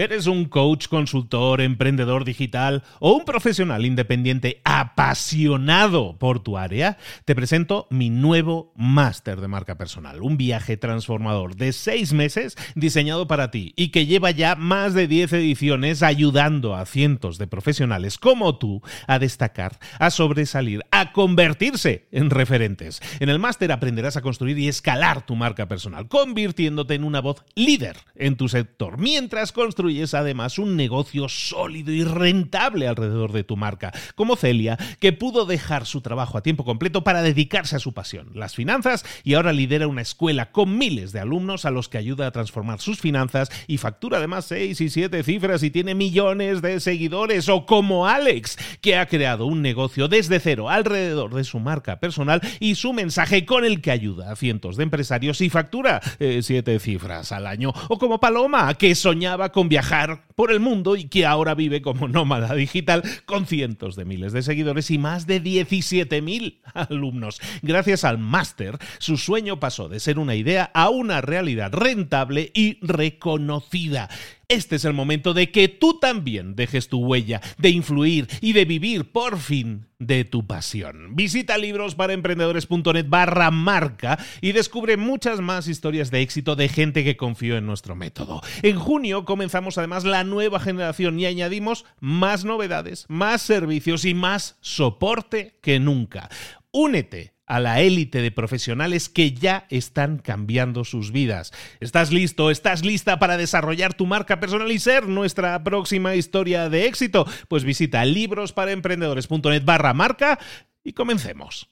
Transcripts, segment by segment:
¿Eres un coach, consultor, emprendedor digital o un profesional independiente apasionado por tu área? Te presento mi nuevo máster de marca personal, un viaje transformador de 6 meses diseñado para ti y que lleva ya más de 10 ediciones ayudando a cientos de profesionales como tú a destacar, a sobresalir, a convertirse en referentes. En el máster aprenderás a construir y escalar tu marca personal, convirtiéndote en una voz líder en tu sector, mientras construyes además un negocio sólido y rentable alrededor de tu marca, como Celia, que pudo dejar su trabajo a tiempo completo para dedicarse a su pasión, las finanzas, y ahora lidera una escuela con miles de alumnos a los que ayuda a transformar sus finanzas y factura además 6 y 7 cifras y tiene millones de seguidores. O como Alex, que ha creado un negocio desde cero alrededor de su marca personal y su mensaje, con el que ayuda a cientos de empresarios y factura 7 cifras al año. O como Paloma, que soñaba con viajar por el mundo y que ahora vive como nómada digital con cientos de miles de seguidores y más de 17.000 alumnos. Gracias al máster, su sueño pasó de ser una idea a una realidad rentable y reconocida. Este es el momento de que tú también dejes tu huella, de influir y de vivir por fin de tu pasión. Visita librosparaemprendedores.net/marca y descubre muchas más historias de éxito de gente que confió en nuestro método. En junio comenzamos además la nueva generación y añadimos más novedades, más servicios y más soporte que nunca. Únete a la élite de profesionales que ya están cambiando sus vidas. ¿Estás listo? ¿Estás lista para desarrollar tu marca personal y ser nuestra próxima historia de éxito? Pues visita librosparaemprendedores.net/marca y comencemos.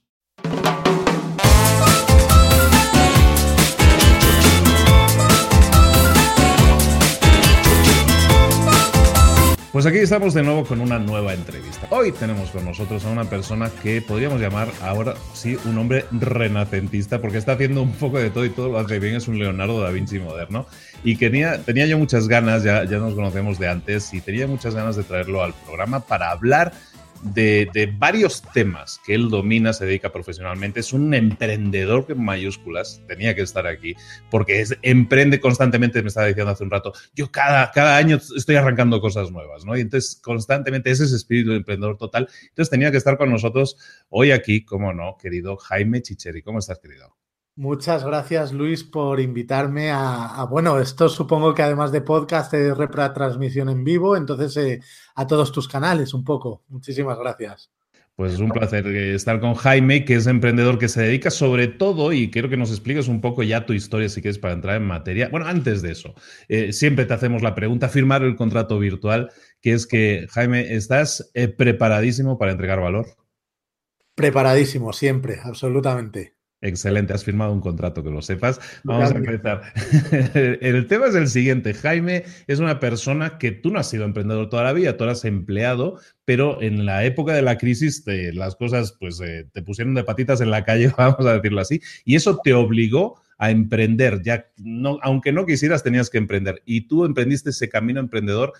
Pues aquí estamos de nuevo con una nueva entrevista. Hoy tenemos con nosotros a una persona que podríamos llamar ahora sí un hombre renacentista, porque está haciendo un poco de todo y todo lo hace bien. Es un Leonardo da Vinci moderno. Y tenía yo muchas ganas, ya nos conocemos de antes, y tenía muchas ganas de traerlo al programa para hablar de varios temas que él domina, se dedica profesionalmente. Es un emprendedor en mayúsculas, tenía que estar aquí, porque emprende constantemente. Me estaba diciendo hace un rato, yo cada año estoy arrancando cosas nuevas, ¿no? Y entonces constantemente ese espíritu de emprendedor total. Entonces tenía que estar con nosotros hoy aquí, cómo no, querido Jaime Chicheri. ¿Cómo estás, querido? Muchas gracias, Luis, por invitarme bueno, esto supongo que además de podcast es retransmisión en vivo, entonces a todos tus canales un poco. Muchísimas gracias. Pues es un placer estar con Jaime, que es emprendedor que se dedica sobre todo, y quiero que nos expliques un poco ya tu historia, si quieres, para entrar en materia. Bueno, antes de eso, siempre te hacemos la pregunta, firmar el contrato virtual, que es que, Jaime, ¿estás preparadísimo para entregar valor? Preparadísimo, siempre, absolutamente. Excelente, has firmado un contrato, que lo sepas. Vamos a empezar. El tema es el siguiente. Jaime es una persona que tú no has sido emprendedor toda la vida, tú eras empleado, pero en la época de la crisis las cosas pues te pusieron de patitas en la calle, vamos a decirlo así, y eso te obligó a emprender. Ya no, aunque no quisieras, tenías que emprender, y tú emprendiste ese camino emprendedor.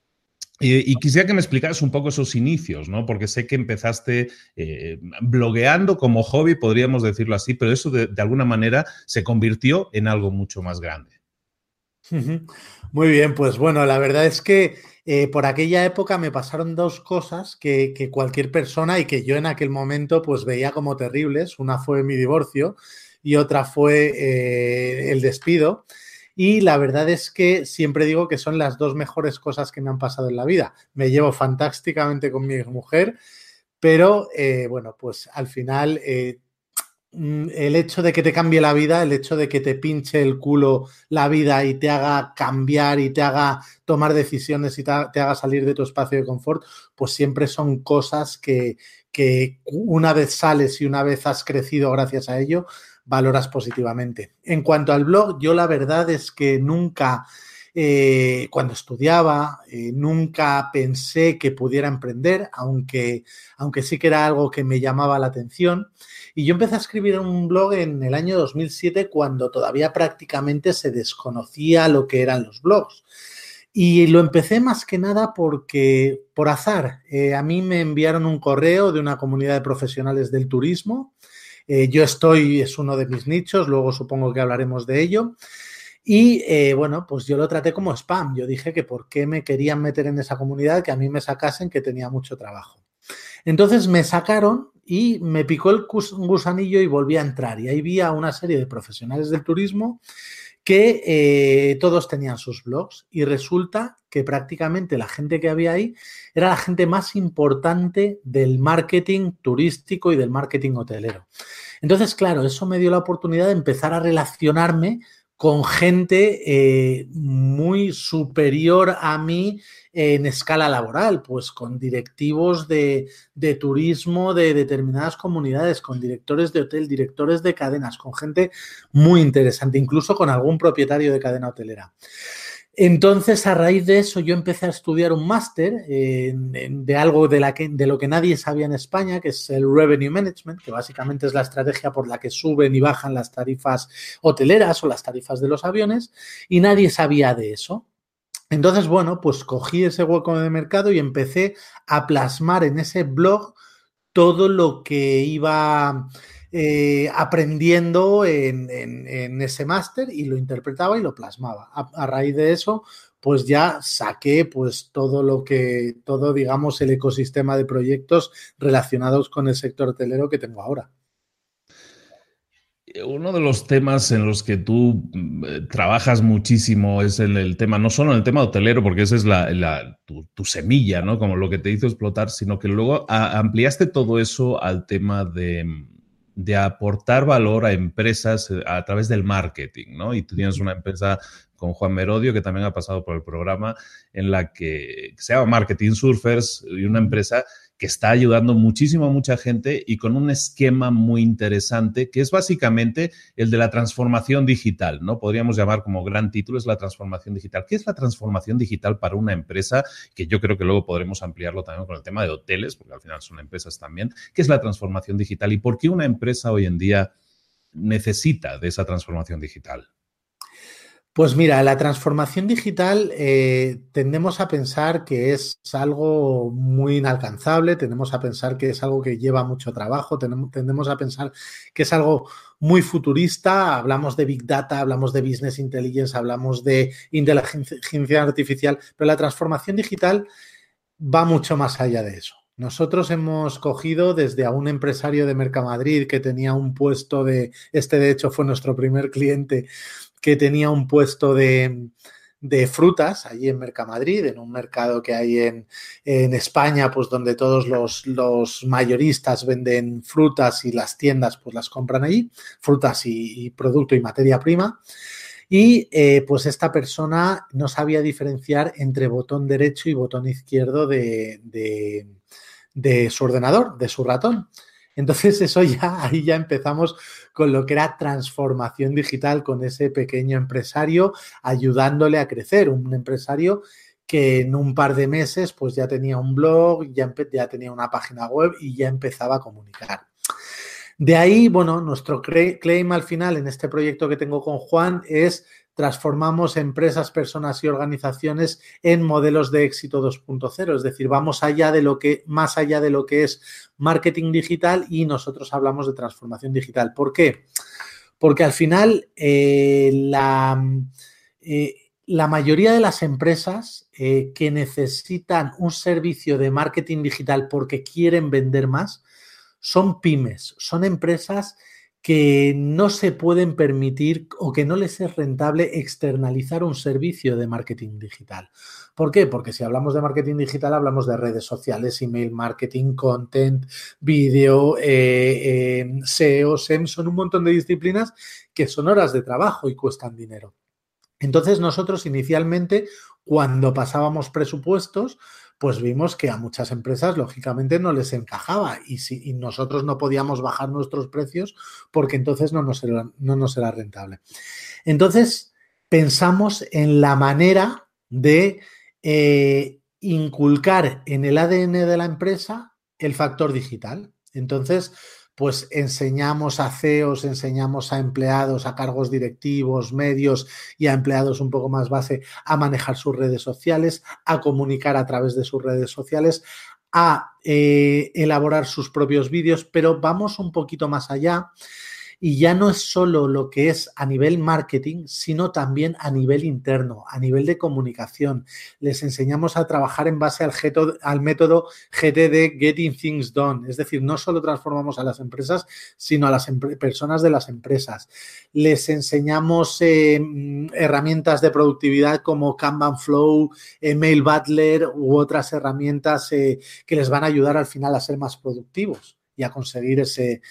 Y quisiera que me explicaras un poco esos inicios, ¿no? Porque sé que empezaste blogueando como hobby, podríamos decirlo así, pero eso de alguna manera se convirtió en algo mucho más grande. Muy bien, pues bueno, la verdad es que por aquella época me pasaron dos cosas que cualquier persona, y que yo en aquel momento pues veía como terribles. Una fue mi divorcio y otra fue el despido. Y la verdad es que siempre digo que son las dos mejores cosas que me han pasado en la vida. Me llevo fantásticamente con mi mujer, pero bueno, pues al final el hecho de que te cambie la vida, el hecho de que te pinche el culo la vida y te haga cambiar y te haga tomar decisiones y te haga salir de tu espacio de confort, pues siempre son cosas que una vez sales y una vez has crecido gracias a ello, valoras positivamente. En cuanto al blog, yo la verdad es que nunca, cuando estudiaba, nunca pensé que pudiera emprender, aunque sí que era algo que me llamaba la atención. Y yo empecé a escribir un blog en el año 2007, cuando todavía prácticamente se desconocía lo que eran los blogs. Y lo empecé más que nada por azar. A mí me enviaron un correo de una comunidad de profesionales del turismo. Es uno de mis nichos, luego supongo que hablaremos de ello. Y bueno, pues yo lo traté como spam. Yo dije que por qué me querían meter en esa comunidad, que a mí me sacasen, que tenía mucho trabajo. Entonces me sacaron y me picó el gusanillo y volví a entrar. Y ahí vi a una serie de profesionales del turismo que todos tenían sus blogs y resulta que prácticamente la gente que había ahí era la gente más importante del marketing turístico y del marketing hotelero. Entonces, claro, eso me dio la oportunidad de empezar a relacionarme con gente muy superior a mí en escala laboral, pues con directivos de turismo de determinadas comunidades, con directores de hotel, directores de cadenas, con gente muy interesante, incluso con algún propietario de cadena hotelera. Entonces, a raíz de eso, yo empecé a estudiar un máster de algo de lo que nadie sabía en España, que es el Revenue Management, que básicamente es la estrategia por la que suben y bajan las tarifas hoteleras o las tarifas de los aviones, y nadie sabía de eso. Entonces, bueno, pues cogí ese hueco de mercado y empecé a plasmar en ese blog todo lo que iba aprendiendo en ese máster y lo interpretaba y lo plasmaba. A raíz de eso, pues ya saqué pues todo, digamos, el ecosistema de proyectos relacionados con el sector hotelero que tengo ahora. Uno de los temas en los que tú trabajas muchísimo es en el tema, no solo en el tema hotelero, porque esa es tu semilla, ¿no? Como lo que te hizo explotar, sino que luego ampliaste todo eso al tema de aportar valor a empresas a través del marketing, ¿no? Y tú tienes una empresa con Juan Merodio, que también ha pasado por el programa, en la que se llama Marketing Surfers, y una empresa que está ayudando muchísimo a mucha gente y con un esquema muy interesante, que es básicamente el de la transformación digital, ¿no? Podríamos llamar como gran título, es la transformación digital. ¿Qué es la transformación digital para una empresa? Que yo creo que luego podremos ampliarlo también con el tema de hoteles, porque al final son empresas también. ¿Qué es la transformación digital y por qué una empresa hoy en día necesita de esa transformación digital? Pues mira, la transformación digital tendemos a pensar que es algo muy inalcanzable, tendemos a pensar que es algo que lleva mucho trabajo, tendemos a pensar que es algo muy futurista, hablamos de Big Data, hablamos de Business Intelligence, hablamos de inteligencia artificial, pero la transformación digital va mucho más allá de eso. Nosotros hemos cogido desde a un empresario de Mercamadrid que tenía un puesto de hecho fue nuestro primer cliente, que tenía un puesto de frutas allí en Mercamadrid, en un mercado que hay en España, pues donde todos los mayoristas venden frutas y las tiendas pues las compran allí, frutas y producto y materia prima. Y pues esta persona no sabía diferenciar entre botón derecho y botón izquierdo de su ordenador, de su ratón. Entonces ahí ya empezamos con lo que era transformación digital con ese pequeño empresario, ayudándole a crecer, un empresario que en un par de meses pues ya tenía un blog, ya tenía una página web y ya empezaba a comunicar. De ahí, bueno, nuestro claim al final en este proyecto que tengo con Juan es transformamos empresas, personas y organizaciones en modelos de éxito 2.0, es decir, vamos más allá de lo que es marketing digital y nosotros hablamos de transformación digital. ¿Por qué? Porque al final la mayoría de las empresas que necesitan un servicio de marketing digital porque quieren vender más son pymes, son empresas que no se pueden permitir o que no les es rentable externalizar un servicio de marketing digital. ¿Por qué? Porque si hablamos de marketing digital hablamos de redes sociales, email marketing, content, vídeo, SEO, SEM, son un montón de disciplinas que son horas de trabajo y cuestan dinero. Entonces nosotros inicialmente, cuando pasábamos presupuestos, pues vimos que a muchas empresas, lógicamente, no les encajaba y nosotros no podíamos bajar nuestros precios porque entonces no nos era rentable. Entonces, pensamos en la manera de inculcar en el ADN de la empresa el factor digital. Entonces, pues enseñamos a CEOs, enseñamos a empleados, a cargos directivos, medios y a empleados un poco más base a manejar sus redes sociales, a comunicar a través de sus redes sociales, a elaborar sus propios vídeos, pero vamos un poquito más allá Y ya no es solo lo que es a nivel marketing, sino también a nivel interno, a nivel de comunicación. Les enseñamos a trabajar en base al método GTD, Getting Things Done. Es decir, no solo transformamos a las empresas, sino a las personas de las empresas. Les enseñamos herramientas de productividad como Kanban Flow, Mail Butler u otras herramientas que les van a ayudar al final a ser más productivos y a conseguir ese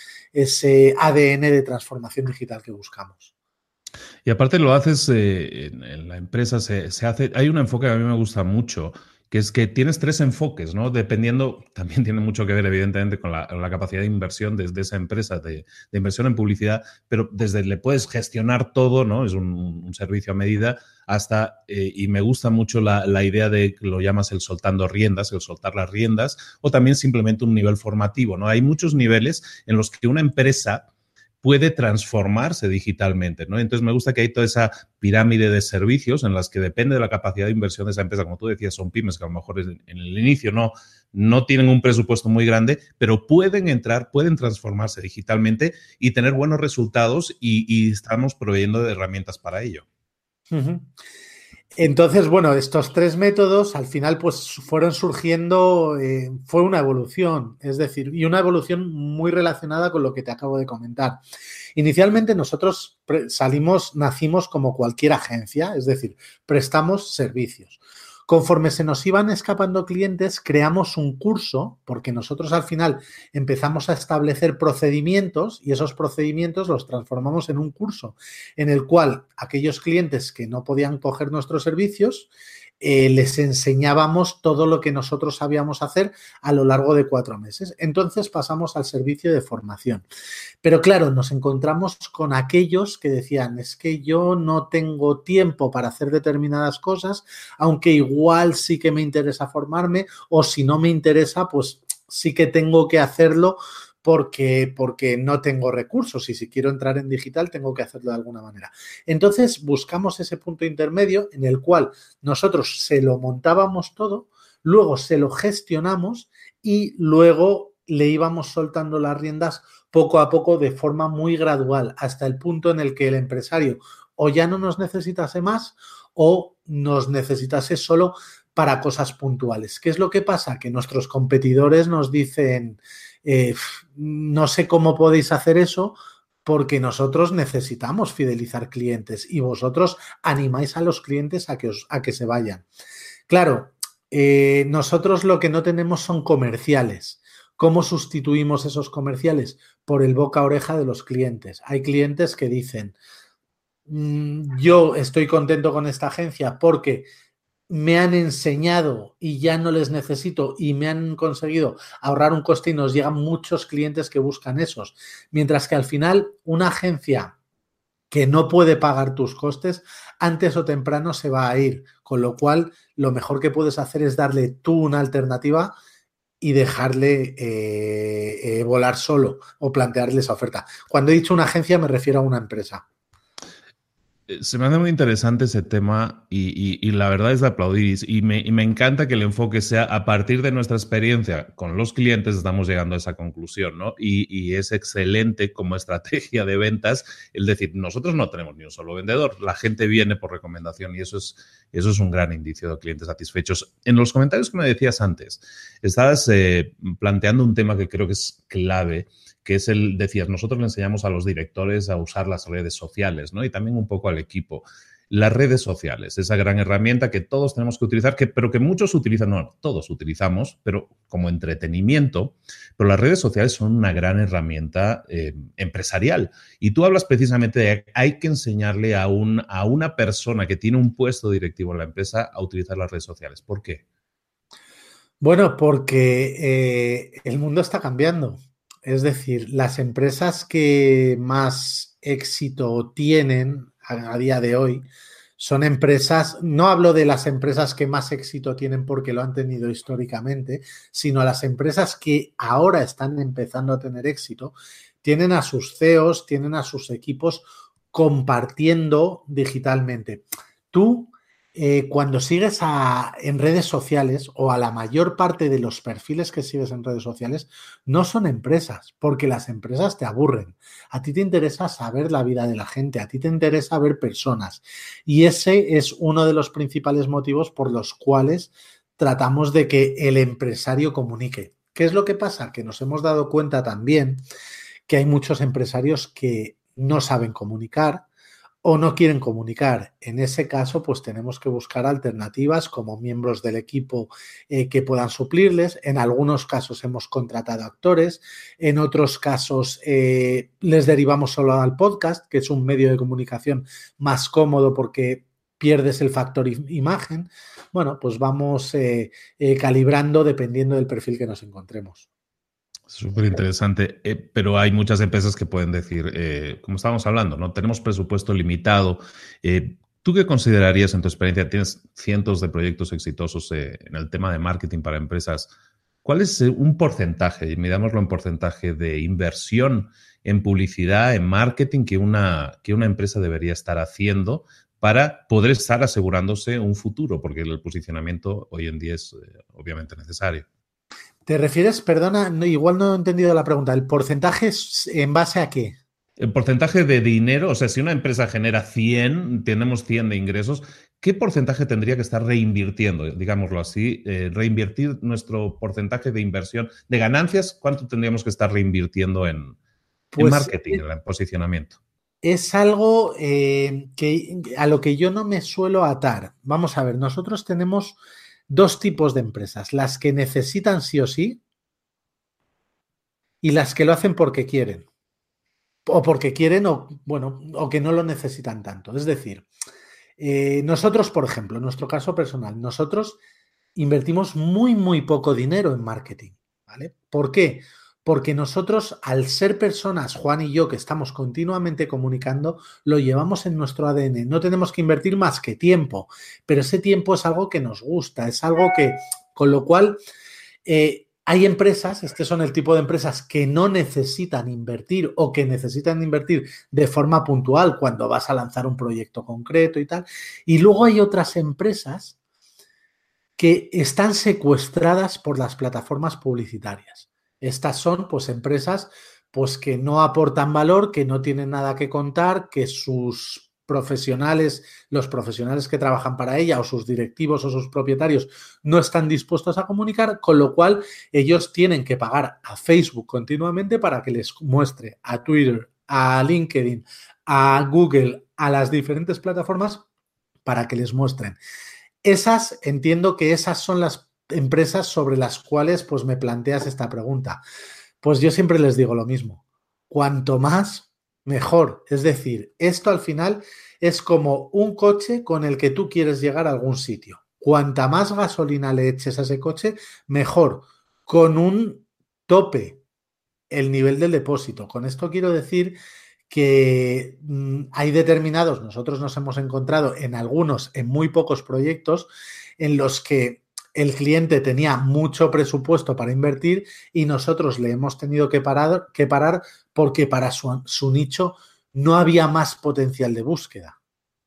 ADN de transformación digital que buscamos. Y aparte lo haces en la empresa, se hace, hay un enfoque que a mí me gusta mucho, que es que tienes 3 enfoques, ¿no? Dependiendo, también tiene mucho que ver evidentemente con la capacidad de inversión desde esa empresa, de inversión en publicidad, pero desde le puedes gestionar todo, ¿no? Es un servicio a medida, hasta, y me gusta mucho la idea de que lo llamas el soltando riendas, el soltar las riendas, o también simplemente un nivel formativo, ¿no? Hay muchos niveles en los que una empresa puede transformarse digitalmente, ¿no? Entonces me gusta que hay toda esa pirámide de servicios en las que depende de la capacidad de inversión de esa empresa. Como tú decías, son pymes que a lo mejor en el inicio no tienen un presupuesto muy grande, pero pueden entrar, pueden transformarse digitalmente y tener buenos resultados y estamos proveyendo de herramientas para ello. Uh-huh. Entonces, bueno, estos 3 métodos al final pues fueron surgiendo, fue una evolución, es decir, y una evolución muy relacionada con lo que te acabo de comentar. Inicialmente nosotros nacimos como cualquier agencia, es decir, prestamos servicios. Conforme se nos iban escapando clientes, creamos un curso, porque nosotros al final empezamos a establecer procedimientos y esos procedimientos los transformamos en un curso en el cual aquellos clientes que no podían coger nuestros servicios, les enseñábamos todo lo que nosotros sabíamos hacer a lo largo de 4 meses. Entonces pasamos al servicio de formación. Pero claro, nos encontramos con aquellos que decían, es que yo no tengo tiempo para hacer determinadas cosas, aunque igual sí que me interesa formarme, o si no me interesa, pues sí que tengo que hacerlo porque no tengo recursos y si quiero entrar en digital tengo que hacerlo de alguna manera. Entonces buscamos ese punto intermedio en el cual nosotros se lo montábamos todo, luego se lo gestionamos y luego le íbamos soltando las riendas poco a poco de forma muy gradual hasta el punto en el que el empresario o ya no nos necesitase más o nos necesitase solo para cosas puntuales. ¿Qué es lo que pasa? Que nuestros competidores nos dicen no sé cómo podéis hacer eso porque nosotros necesitamos fidelizar clientes y vosotros animáis a los clientes a que se vayan. Claro, nosotros lo que no tenemos son comerciales. ¿Cómo sustituimos esos comerciales? Por el boca a oreja de los clientes. Hay clientes que dicen, yo estoy contento con esta agencia porque me han enseñado y ya no les necesito y me han conseguido ahorrar un coste y nos llegan muchos clientes que buscan esos. Mientras que al final una agencia que no puede pagar tus costes, antes o temprano se va a ir. Con lo cual, lo mejor que puedes hacer es darle tú una alternativa y dejarle volar solo o plantearle esa oferta. Cuando he dicho una agencia me refiero a una empresa. Se me hace muy interesante ese tema y la verdad es de aplaudir y me encanta que el enfoque sea a partir de nuestra experiencia con los clientes estamos llegando a esa conclusión, ¿no? Y es excelente como estrategia de ventas el decir, nosotros no tenemos ni un solo vendedor, la gente viene por recomendación y eso es un gran indicio de clientes satisfechos. En los comentarios que me decías antes, estabas planteando un tema que creo que es clave, que es decías, nosotros le enseñamos a los directores a usar las redes sociales, ¿no? Y también un poco al equipo. Las redes sociales, esa gran herramienta que todos tenemos que utilizar, pero que muchos utilizan, no, todos utilizamos, pero como entretenimiento, pero las redes sociales son una gran herramienta empresarial. Y tú hablas precisamente de que hay que enseñarle a una persona que tiene un puesto directivo en la empresa a utilizar las redes sociales. ¿Por qué? Bueno, porque el mundo está cambiando. Es decir, las empresas que más éxito tienen a día de hoy son empresas, no hablo de las empresas que más éxito tienen porque lo han tenido históricamente, sino las empresas que ahora están empezando a tener éxito, tienen a sus CEOs, tienen a sus equipos compartiendo digitalmente. Tú cuando sigues en redes sociales o a la mayor parte de los perfiles que sigues en redes sociales, no son empresas, porque las empresas te aburren. A ti te interesa saber la vida de la gente, a ti te interesa ver personas. Y ese es uno de los principales motivos por los cuales tratamos de que el empresario comunique. ¿Qué es lo que pasa? Que nos hemos dado cuenta también que hay muchos empresarios que no saben comunicar o no quieren comunicar. En ese caso, pues tenemos que buscar alternativas como miembros del equipo que puedan suplirles. En algunos casos hemos contratado actores, en otros casos les derivamos solo al podcast, que es un medio de comunicación más cómodo porque pierdes el factor imagen. Bueno, pues vamos calibrando dependiendo del perfil que nos encontremos. Súper interesante, pero hay muchas empresas que pueden decir, como estábamos hablando, ¿no? Tenemos presupuesto limitado. ¿Tú qué considerarías en tu experiencia? Tienes cientos de proyectos exitosos en el tema de marketing para empresas. ¿Cuál es un porcentaje, y midámoslo en porcentaje, de inversión en publicidad, en marketing que una empresa debería estar haciendo para poder estar asegurándose un futuro? Porque el posicionamiento hoy en día es obviamente necesario. ¿Te refieres, perdona, igual no he entendido la pregunta, ¿el porcentaje es en base a qué? El porcentaje de dinero, o sea, si una empresa genera 100, tenemos 100 de ingresos, ¿qué porcentaje tendría que estar reinvirtiendo? Digámoslo así, reinvertir nuestro porcentaje de inversión, de ganancias, ¿cuánto tendríamos que estar reinvirtiendo en marketing, en posicionamiento? Es algo a lo que yo no me suelo atar. Vamos a ver, nosotros tenemos dos tipos de empresas, las que necesitan sí o sí y las que lo hacen porque quieren. O porque quieren o que no lo necesitan tanto. Es decir, nosotros, por ejemplo, en nuestro caso personal, nosotros invertimos muy, muy poco dinero en marketing, ¿vale? ¿Por qué? Porque nosotros, al ser personas, Juan y yo, que estamos continuamente comunicando, lo llevamos en nuestro ADN. No tenemos que invertir más que tiempo, pero ese tiempo es algo que nos gusta, es algo que, con lo cual, hay empresas, son el tipo de empresas que no necesitan invertir o que necesitan invertir de forma puntual cuando vas a lanzar un proyecto concreto y tal. Y luego hay otras empresas que están secuestradas por las plataformas publicitarias. Estas son, pues, empresas pues, que no aportan valor, que no tienen nada que contar, que sus profesionales, los profesionales que trabajan para ella o sus directivos o sus propietarios no están dispuestos a comunicar, con lo cual ellos tienen que pagar a Facebook continuamente para que les muestre, a Twitter, a LinkedIn, a Google, a las diferentes plataformas para que les muestren. Entiendo que esas son las empresas sobre las cuales pues me planteas esta pregunta. Pues yo siempre les digo lo mismo. Cuanto más, mejor. Es decir, esto al final es como un coche con el que tú quieres llegar a algún sitio. Cuanta más gasolina le eches a ese coche, mejor. Con un tope, el nivel del depósito. Con esto quiero decir que hay determinados, nosotros nos hemos encontrado en algunos, en muy pocos proyectos, en los que el cliente tenía mucho presupuesto para invertir y nosotros le hemos tenido que parar porque para su nicho no había más potencial de búsqueda.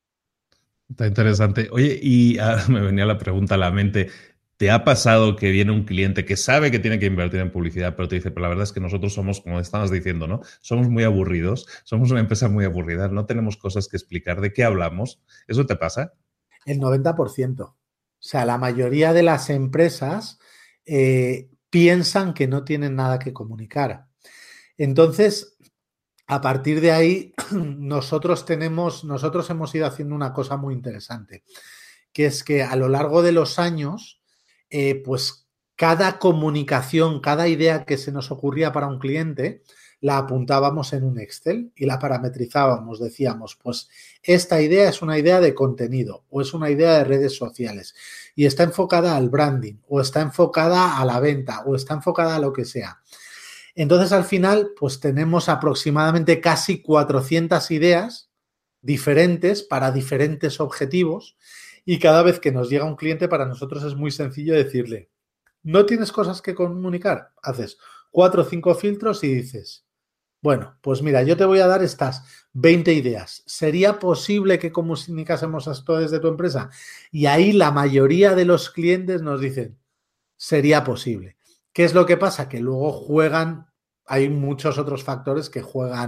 Está interesante. Oye, y me venía la pregunta a la mente. ¿Te ha pasado que viene un cliente que sabe que tiene que invertir en publicidad, pero te dice, pero la verdad es que nosotros somos, como estabas diciendo, ¿no? Somos muy aburridos, somos una empresa muy aburrida, no tenemos cosas que explicar, ¿de qué hablamos? ¿Eso te pasa? El 90%. O sea, la mayoría de las empresas piensan que no tienen nada que comunicar. Entonces, a partir de ahí, nosotros hemos ido haciendo una cosa muy interesante, que es que a lo largo de los años, pues cada comunicación, cada idea que se nos ocurría para un cliente, la apuntábamos en un Excel y la parametrizábamos. Decíamos, pues esta idea es una idea de contenido o es una idea de redes sociales y está enfocada al branding o está enfocada a la venta o está enfocada a lo que sea. Entonces, al final, pues tenemos aproximadamente casi 400 ideas diferentes para diferentes objetivos y cada vez que nos llega un cliente, para nosotros es muy sencillo decirle, ¿no tienes cosas que comunicar? Haces 4 o 5 filtros y dices, Bueno, pues mira, yo te voy a dar estas 20 ideas. ¿Sería posible que comunicásemos esto desde tu empresa? Y ahí la mayoría de los clientes nos dicen, sería posible. ¿Qué es lo que pasa? Que luego juegan, hay muchos otros factores que juegan,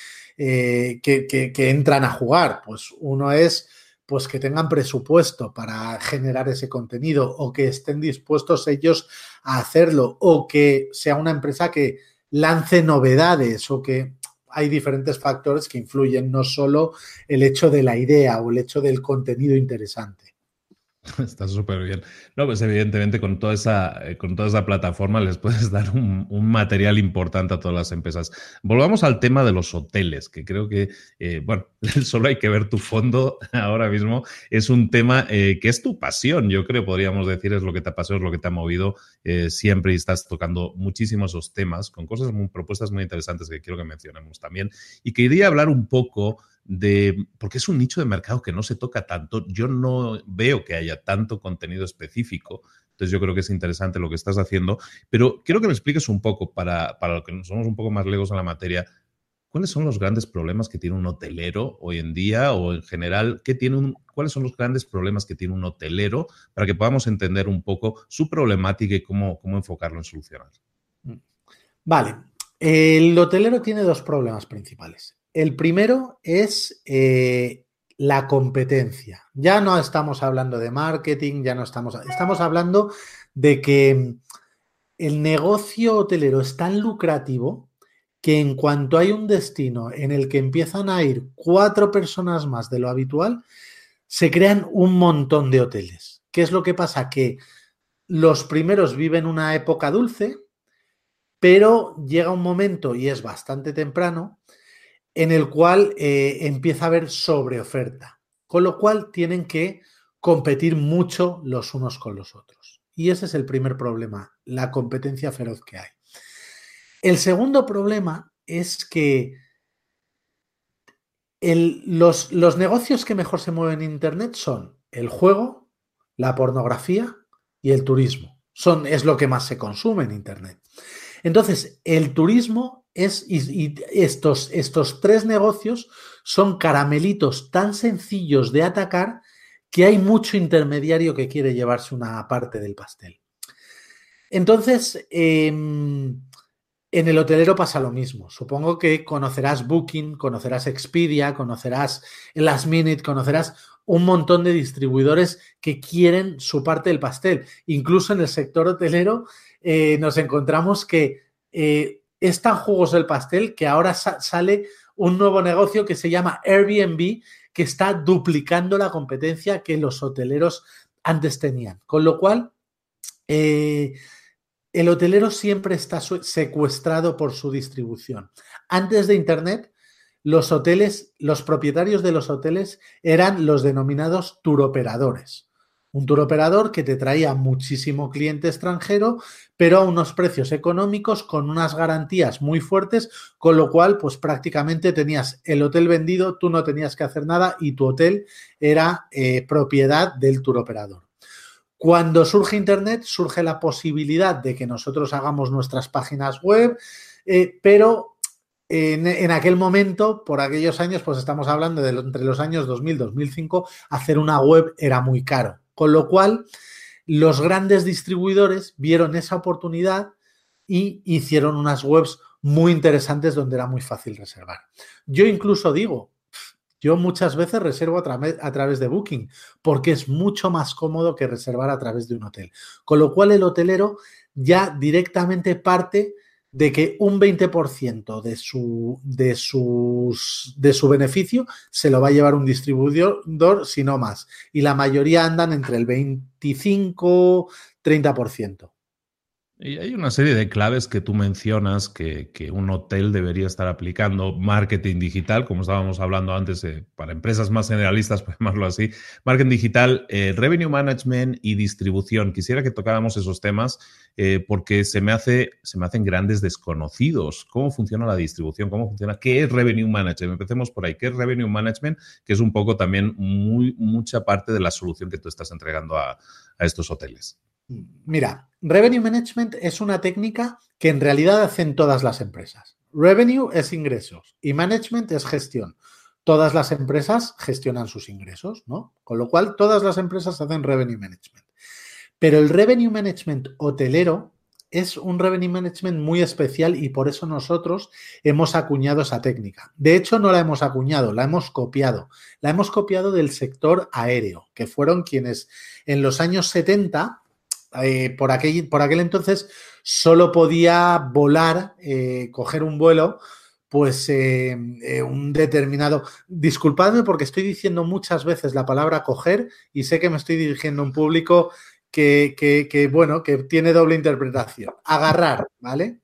que entran a jugar. Pues uno es pues que tengan presupuesto para generar ese contenido o que estén dispuestos ellos a hacerlo o que sea una empresa que lance novedades o que hay diferentes factores que influyen, no solo el hecho de la idea o el hecho del contenido interesante. Está súper bien. No, pues evidentemente con toda esa plataforma les puedes dar un material importante a todas las empresas. Volvamos al tema de los hoteles, que creo que, bueno, solo hay que ver tu fondo ahora mismo. Es un tema que es tu pasión, yo creo, podríamos decir, es lo que te apasiona, es lo que te ha movido siempre y estás tocando muchísimos esos temas con cosas, propuestas muy interesantes que quiero que mencionemos también. Y quería hablar un poco porque es un nicho de mercado que no se toca tanto. Yo no veo que haya tanto contenido específico, entonces yo creo que es interesante lo que estás haciendo, pero quiero que me expliques un poco, para los que somos un poco más legos en la materia, ¿cuáles son los grandes problemas que tiene un hotelero hoy en día o en general? ¿Cuáles son los grandes problemas que tiene un hotelero para que podamos entender un poco su problemática y cómo enfocarlo en solucionar? Vale, el hotelero tiene dos problemas principales. El primero es la competencia. Ya no estamos hablando de marketing, ya no estamos hablando de que el negocio hotelero es tan lucrativo que en cuanto hay un destino en el que empiezan a ir 4 personas más de lo habitual, se crean un montón de hoteles. ¿Qué es lo que pasa? Que los primeros viven una época dulce, pero llega un momento, y es bastante temprano, en el cual empieza a haber sobreoferta, con lo cual tienen que competir mucho los unos con los otros. Y ese es el primer problema, la competencia feroz que hay. El segundo problema es que los negocios que mejor se mueven en Internet son el juego, la pornografía y el turismo. Es lo que más se consume en Internet. Entonces, el turismo y estos 3 negocios son caramelitos tan sencillos de atacar que hay mucho intermediario que quiere llevarse una parte del pastel. Entonces, en el hotelero pasa lo mismo. Supongo que conocerás Booking, conocerás Expedia, conocerás Last Minute, conocerás un montón de distribuidores que quieren su parte del pastel. Incluso en el sector hotelero nos encontramos que es tan jugoso el pastel que ahora sale un nuevo negocio que se llama Airbnb, que está duplicando la competencia que los hoteleros antes tenían. Con lo cual, el hotelero siempre está secuestrado por su distribución. Antes de Internet, los propietarios de los hoteles eran los denominados turoperadores. Un turoperador que te traía muchísimo cliente extranjero, pero a unos precios económicos con unas garantías muy fuertes, con lo cual, pues prácticamente tenías el hotel vendido, tú no tenías que hacer nada y tu hotel era propiedad del turoperador. Cuando surge Internet, surge la posibilidad de que nosotros hagamos nuestras páginas web, pero en aquel momento, por aquellos años, pues estamos hablando de entre los años 2000 y 2005, hacer una web era muy caro. Con lo cual, los grandes distribuidores vieron esa oportunidad y hicieron unas webs muy interesantes donde era muy fácil reservar. Yo incluso digo, yo muchas veces reservo a través de Booking porque es mucho más cómodo que reservar a través de un hotel. Con lo cual, el hotelero ya directamente parte de que un 20% de su beneficio se lo va a llevar un distribuidor, si no más. Y la mayoría andan entre el 25-30%. Y hay una serie de claves que tú mencionas que un hotel debería estar aplicando. Marketing digital, como estábamos hablando antes, para empresas más generalistas, por llamarlo así. Marketing digital, revenue management y distribución. Quisiera que tocáramos esos temas porque se me hacen grandes desconocidos. ¿Cómo funciona la distribución? ¿Cómo funciona? ¿Qué es revenue management? Empecemos por ahí. ¿Qué es revenue management? Que es un poco también mucha parte de la solución que tú estás entregando a estos hoteles. Mira, Revenue Management es una técnica que en realidad hacen todas las empresas. revenue es ingresos y management es gestión. Todas las empresas gestionan sus ingresos, ¿no? Con lo cual, todas las empresas hacen revenue management. Pero el revenue management hotelero es un revenue management muy especial y por eso nosotros hemos acuñado esa técnica. De hecho, no la hemos acuñado, la hemos copiado. La hemos copiado del sector aéreo, que fueron quienes en los años 70, por aquel entonces, solo podía volar, coger un vuelo, pues un determinado... Disculpadme porque estoy diciendo muchas veces la palabra coger y sé que me estoy dirigiendo a un público bueno, que tiene doble interpretación. Agarrar, ¿vale?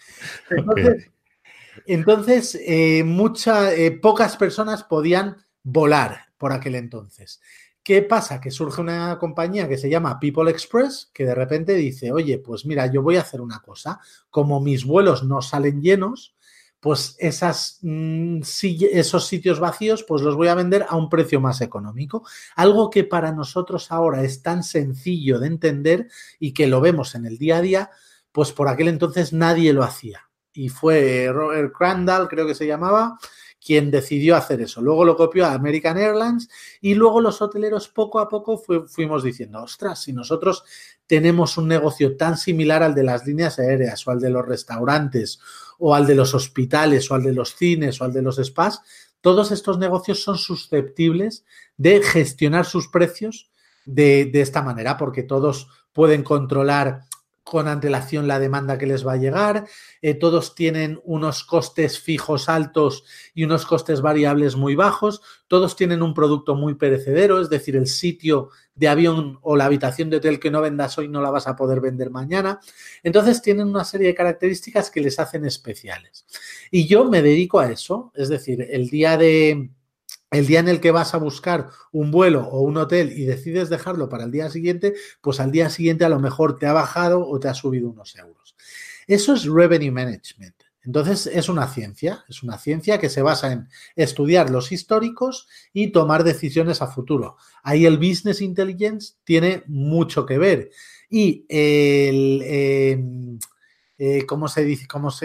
Entonces pocas personas podían volar por aquel entonces. ¿Qué pasa? Que surge una compañía que se llama People Express, que de repente dice, oye, pues mira, yo voy a hacer una cosa. Como mis vuelos no salen llenos, pues esos sitios vacíos pues los voy a vender a un precio más económico. Algo que para nosotros ahora es tan sencillo de entender y que lo vemos en el día a día, pues por aquel entonces nadie lo hacía. Y fue Robert Crandall, creo que se llamaba, quien decidió hacer eso. Luego lo copió a American Airlines y luego los hoteleros poco a poco fuimos diciendo, ostras, si nosotros tenemos un negocio tan similar al de las líneas aéreas o al de los restaurantes o al de los hospitales o al de los cines o al de los spas, todos estos negocios son susceptibles de gestionar sus precios de esta manera porque todos pueden controlar con antelación la demanda que les va a llegar, todos tienen unos costes fijos altos y unos costes variables muy bajos, todos tienen un producto muy perecedero, es decir, el sitio de avión o la habitación de hotel que no vendas hoy no la vas a poder vender mañana. Entonces tienen una serie de características que les hacen especiales. Y yo me dedico a eso, es decir, el día en el que vas a buscar un vuelo o un hotel y decides dejarlo para el día siguiente, pues al día siguiente a lo mejor te ha bajado o te ha subido unos euros. Eso es revenue management. Entonces es una ciencia que se basa en estudiar los históricos y tomar decisiones a futuro. Ahí el business intelligence tiene mucho que ver. Y ¿cómo se dice?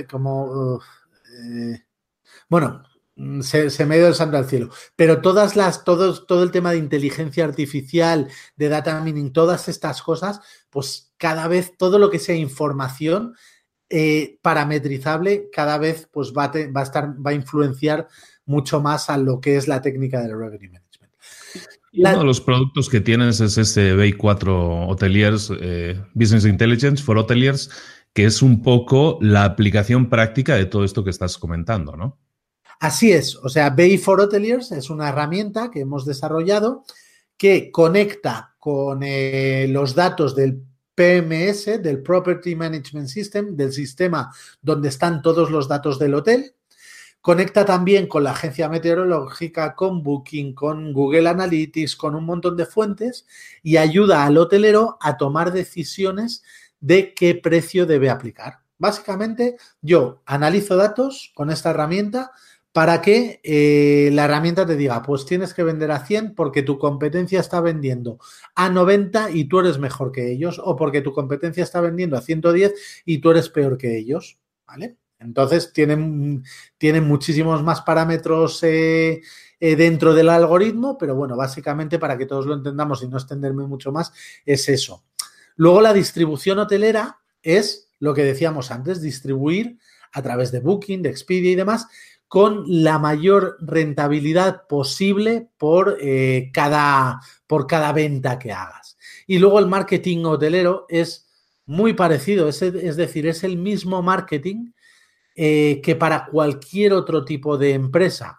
Bueno, se me ha ido el santo al cielo. Pero todo el tema de inteligencia artificial, de data mining, todas estas cosas, pues cada vez todo lo que sea información parametrizable, cada vez pues va a influenciar mucho más a lo que es la técnica del revenue management. Uno de los productos que tienes es este BI4 Hoteliers, Business Intelligence for Hoteliers, que es un poco la aplicación práctica de todo esto que estás comentando, ¿no? Así es, o sea, BI for Hoteliers es una herramienta que hemos desarrollado que conecta con los datos del PMS, del Property Management System, del sistema donde están todos los datos del hotel. Conecta también con la agencia meteorológica, con Booking, con Google Analytics, con un montón de fuentes y ayuda al hotelero a tomar decisiones de qué precio debe aplicar. Básicamente, yo analizo datos con esta herramienta para que la herramienta te diga, pues tienes que vender a 100 porque tu competencia está vendiendo a 90 y tú eres mejor que ellos, o porque tu competencia está vendiendo a 110 y tú eres peor que ellos, ¿vale? Entonces, tienen muchísimos más parámetros dentro del algoritmo, pero bueno, básicamente para que todos lo entendamos y no extenderme mucho más, es eso. Luego, la distribución hotelera es lo que decíamos antes, distribuir a través de Booking, de Expedia y demás, con la mayor rentabilidad posible por cada venta que hagas. Y luego el marketing hotelero es muy parecido, es decir, es el mismo marketing que para cualquier otro tipo de empresa.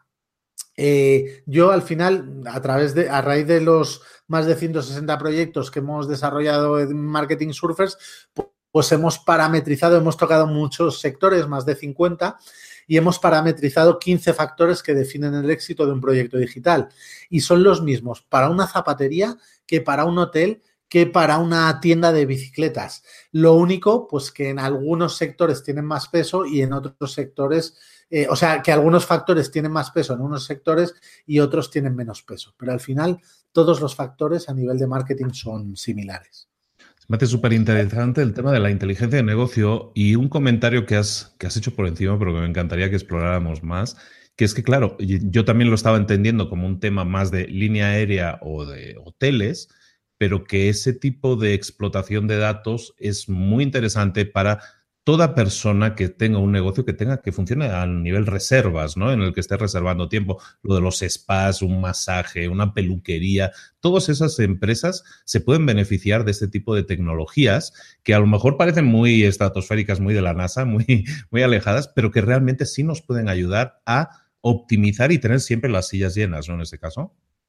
Yo al final, a raíz de los más de 160 proyectos que hemos desarrollado en Marketing Surfers, pues hemos parametrizado, hemos tocado muchos sectores, más de 50, y hemos parametrizado 15 factores que definen el éxito de un proyecto digital. Y son los mismos para una zapatería que para un hotel, que para una tienda de bicicletas. Lo único, pues que en algunos sectores tienen más peso y en otros sectores, o sea, que algunos factores tienen más peso en unos sectores y otros tienen menos peso. Pero al final, todos los factores a nivel de marketing son similares. Me hace súper interesante el tema de la inteligencia de negocio y un comentario que has hecho por encima, pero que me encantaría que exploráramos más, que es que, claro, yo también lo estaba entendiendo como un tema más de línea aérea o de hoteles, pero que ese tipo de explotación de datos es muy interesante para toda persona que tenga un negocio que funcione a nivel reservas, ¿no? En el que esté reservando tiempo. Lo de los spas, un masaje, una peluquería, todas esas empresas se pueden beneficiar de este tipo de tecnologías que a lo mejor parecen muy estratosféricas, muy de la NASA, muy alejadas, pero que realmente sí nos pueden ayudar a optimizar y tener siempre las sillas llenas, ¿no? En este caso.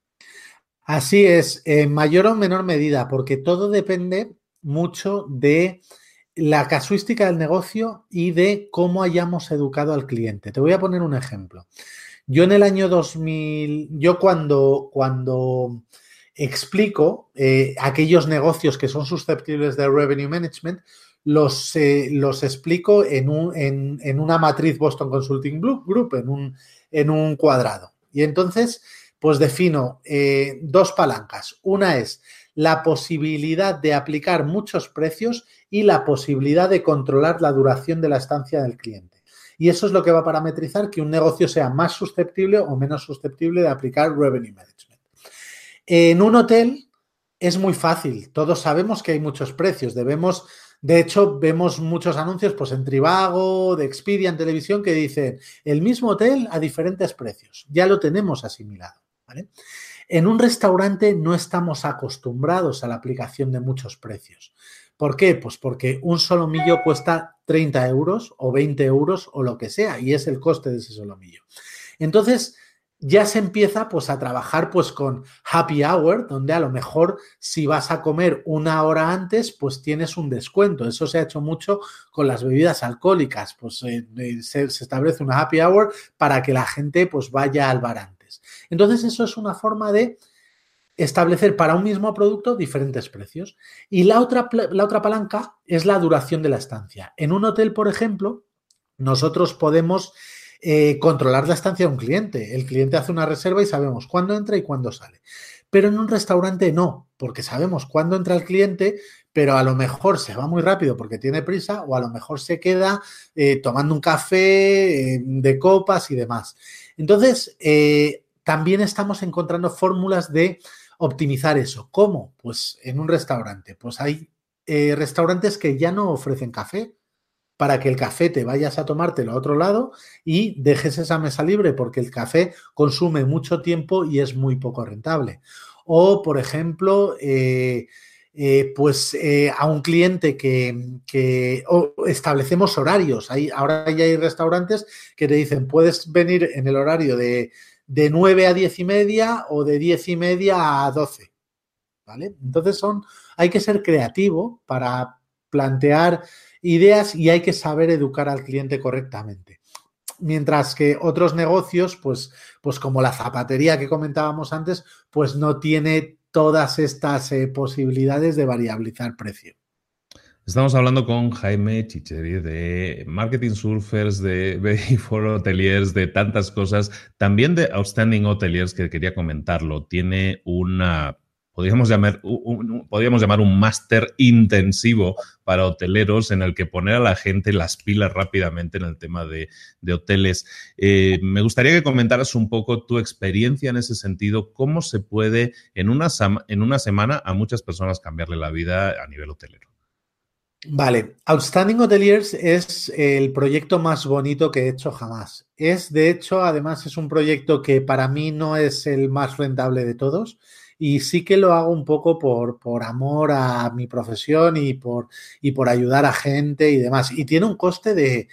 Así es, en mayor o menor medida, porque todo depende mucho de la casuística del negocio y de cómo hayamos educado al cliente. Te voy a poner un ejemplo. Yo en el año 2000, yo cuando explico aquellos negocios que son susceptibles de revenue management, los explico en una matriz Boston Consulting Group, en un cuadrado. Y entonces, pues defino dos palancas. Una es la posibilidad de aplicar muchos precios y la posibilidad de controlar la duración de la estancia del cliente. Y eso es lo que va a parametrizar que un negocio sea más susceptible o menos susceptible de aplicar revenue management. En un hotel es muy fácil. Todos sabemos que hay muchos precios. De hecho, vemos muchos anuncios pues, en Trivago, de Expedia, en televisión, que dicen el mismo hotel a diferentes precios. Ya lo tenemos asimilado, ¿vale? En un restaurante no estamos acostumbrados a la aplicación de muchos precios. ¿Por qué? Pues porque un solomillo cuesta 30 euros o 20 euros o lo que sea y es el coste de ese solomillo. Entonces, ya se empieza pues a trabajar pues con happy hour, donde a lo mejor si vas a comer una hora antes, pues tienes un descuento. Eso se ha hecho mucho con las bebidas alcohólicas. Pues se establece una happy hour para que la gente pues vaya al bar antes. Entonces, eso es una forma de establecer para un mismo producto diferentes precios. Y la otra palanca es la duración de la estancia. En un hotel, por ejemplo, nosotros podemos controlar la estancia de un cliente. El cliente hace una reserva y sabemos cuándo entra y cuándo sale. Pero en un restaurante no, porque sabemos cuándo entra el cliente, pero a lo mejor se va muy rápido porque tiene prisa o a lo mejor se queda tomando un café de copas y demás. Entonces, también estamos encontrando fórmulas de optimizar eso. ¿Cómo? Pues en un restaurante. Pues hay restaurantes que ya no ofrecen café para que el café te vayas a tomártelo a otro lado y dejes esa mesa libre porque el café consume mucho tiempo y es muy poco rentable. O, por ejemplo, a un cliente que establecemos horarios. Ahora ya hay restaurantes que te dicen puedes venir en el horario de 9 a 10 y media o de 10 y media a 12. ¿Vale? Entonces hay que ser creativo para plantear ideas y hay que saber educar al cliente correctamente. Mientras que otros negocios, pues como la zapatería que comentábamos antes, pues no tiene todas estas posibilidades de variabilizar precio. Estamos hablando con Jaime Chicheri de Marketing Surfers, de Before Hoteliers, de tantas cosas, también de Outstanding Hoteliers, que quería comentarlo. Tiene podríamos llamar un máster intensivo para hoteleros en el que poner a la gente las pilas rápidamente en el tema de hoteles. Me gustaría que comentaras un poco tu experiencia en ese sentido, cómo se puede en una semana a muchas personas cambiarle la vida a nivel hotelero. Vale, Outstanding Hoteliers es el proyecto más bonito que he hecho jamás. De hecho, además es un proyecto que para mí no es el más rentable de todos y sí que lo hago un poco por amor a mi profesión y por ayudar a gente y demás. Y tiene un coste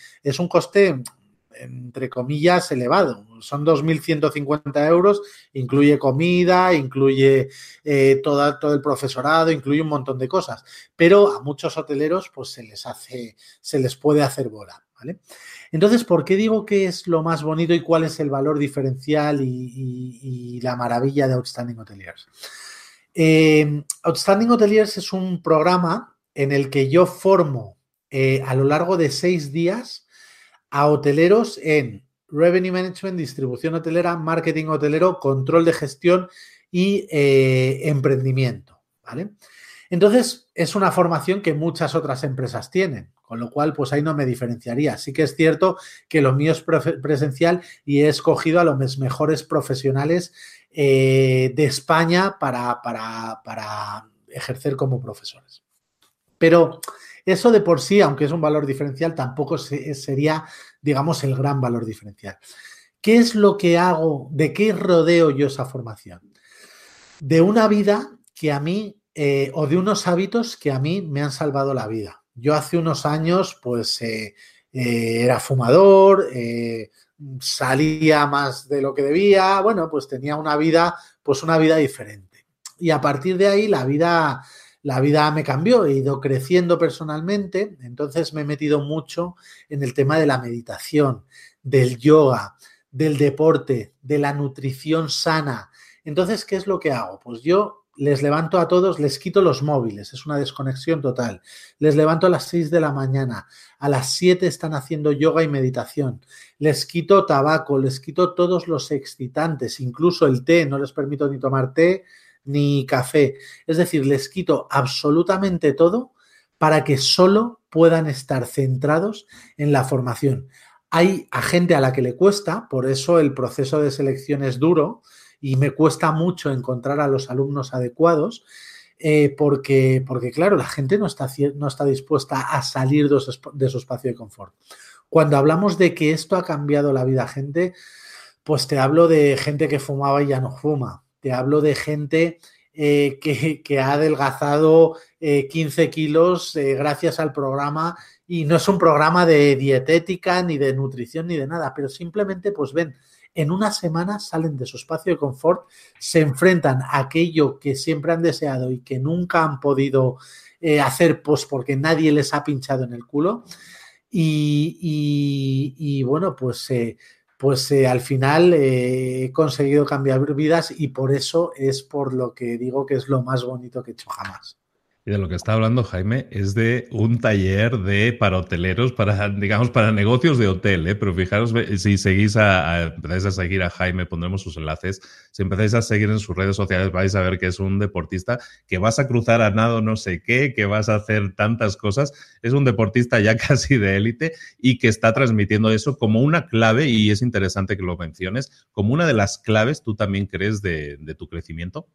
entre comillas, elevado. Son 2.150 euros, incluye comida, incluye todo el profesorado, incluye un montón de cosas. Pero a muchos hoteleros pues se les puede hacer bola, ¿vale? Entonces, ¿por qué digo que es lo más bonito y cuál es el valor diferencial y la maravilla de Outstanding Hoteliers? Outstanding Hoteliers es un programa en el que yo formo a lo largo de 6 días a hoteleros en Revenue Management, distribución hotelera, marketing hotelero, control de gestión y emprendimiento, ¿vale? Entonces, es una formación que muchas otras empresas tienen, con lo cual, pues ahí no me diferenciaría. Sí que es cierto que lo mío es presencial y he escogido a los mejores profesionales de España para ejercer como profesores. Pero eso de por sí, aunque es un valor diferencial, tampoco sería, digamos, el gran valor diferencial. ¿Qué es lo que hago? ¿De qué rodeo yo esa formación? De una vida que a mí, o de unos hábitos que a mí me han salvado la vida. Yo hace unos años, pues, era fumador, salía más de lo que debía, bueno, pues tenía una vida diferente. Y a partir de ahí la vida me cambió, he ido creciendo personalmente, entonces me he metido mucho en el tema de la meditación, del yoga, del deporte, de la nutrición sana. Entonces, ¿qué es lo que hago? Pues yo les levanto a todos, les quito los móviles, es una desconexión total. Les levanto a las 6 de la mañana, a las 7 están haciendo yoga y meditación. Les quito tabaco, les quito todos los excitantes, incluso el té, no les permito ni tomar té ni café. Es decir, les quito absolutamente todo para que solo puedan estar centrados en la formación. Hay a gente a la que le cuesta, por eso el proceso de selección es duro y me cuesta mucho encontrar a los alumnos adecuados porque, claro, la gente no está dispuesta a salir de su espacio de confort. Cuando hablamos de que esto ha cambiado la vida a gente, pues te hablo de gente que fumaba y ya no fuma. Te hablo de gente que ha adelgazado 15 kilos gracias al programa, y no es un programa de dietética, ni de nutrición, ni de nada, pero simplemente, pues ven, en una semana salen de su espacio de confort, se enfrentan a aquello que siempre han deseado y que nunca han podido hacer, pues porque nadie les ha pinchado en el culo. Y bueno, pues al final he conseguido cambiar vidas, y por eso es por lo que digo que es lo más bonito que he hecho jamás. Y de lo que está hablando Jaime es de un taller para hoteleros, digamos, para negocios de hotel, ¿eh? Pero fijaros, si seguís empezáis a seguir a Jaime, pondremos sus enlaces. Si empezáis a seguir en sus redes sociales, vais a ver que es un deportista que vas a cruzar a nado no sé qué, que vas a hacer tantas cosas. Es un deportista ya casi de élite y que está transmitiendo eso como una clave, y es interesante que lo menciones, como una de las claves, ¿tú también crees, de tu crecimiento?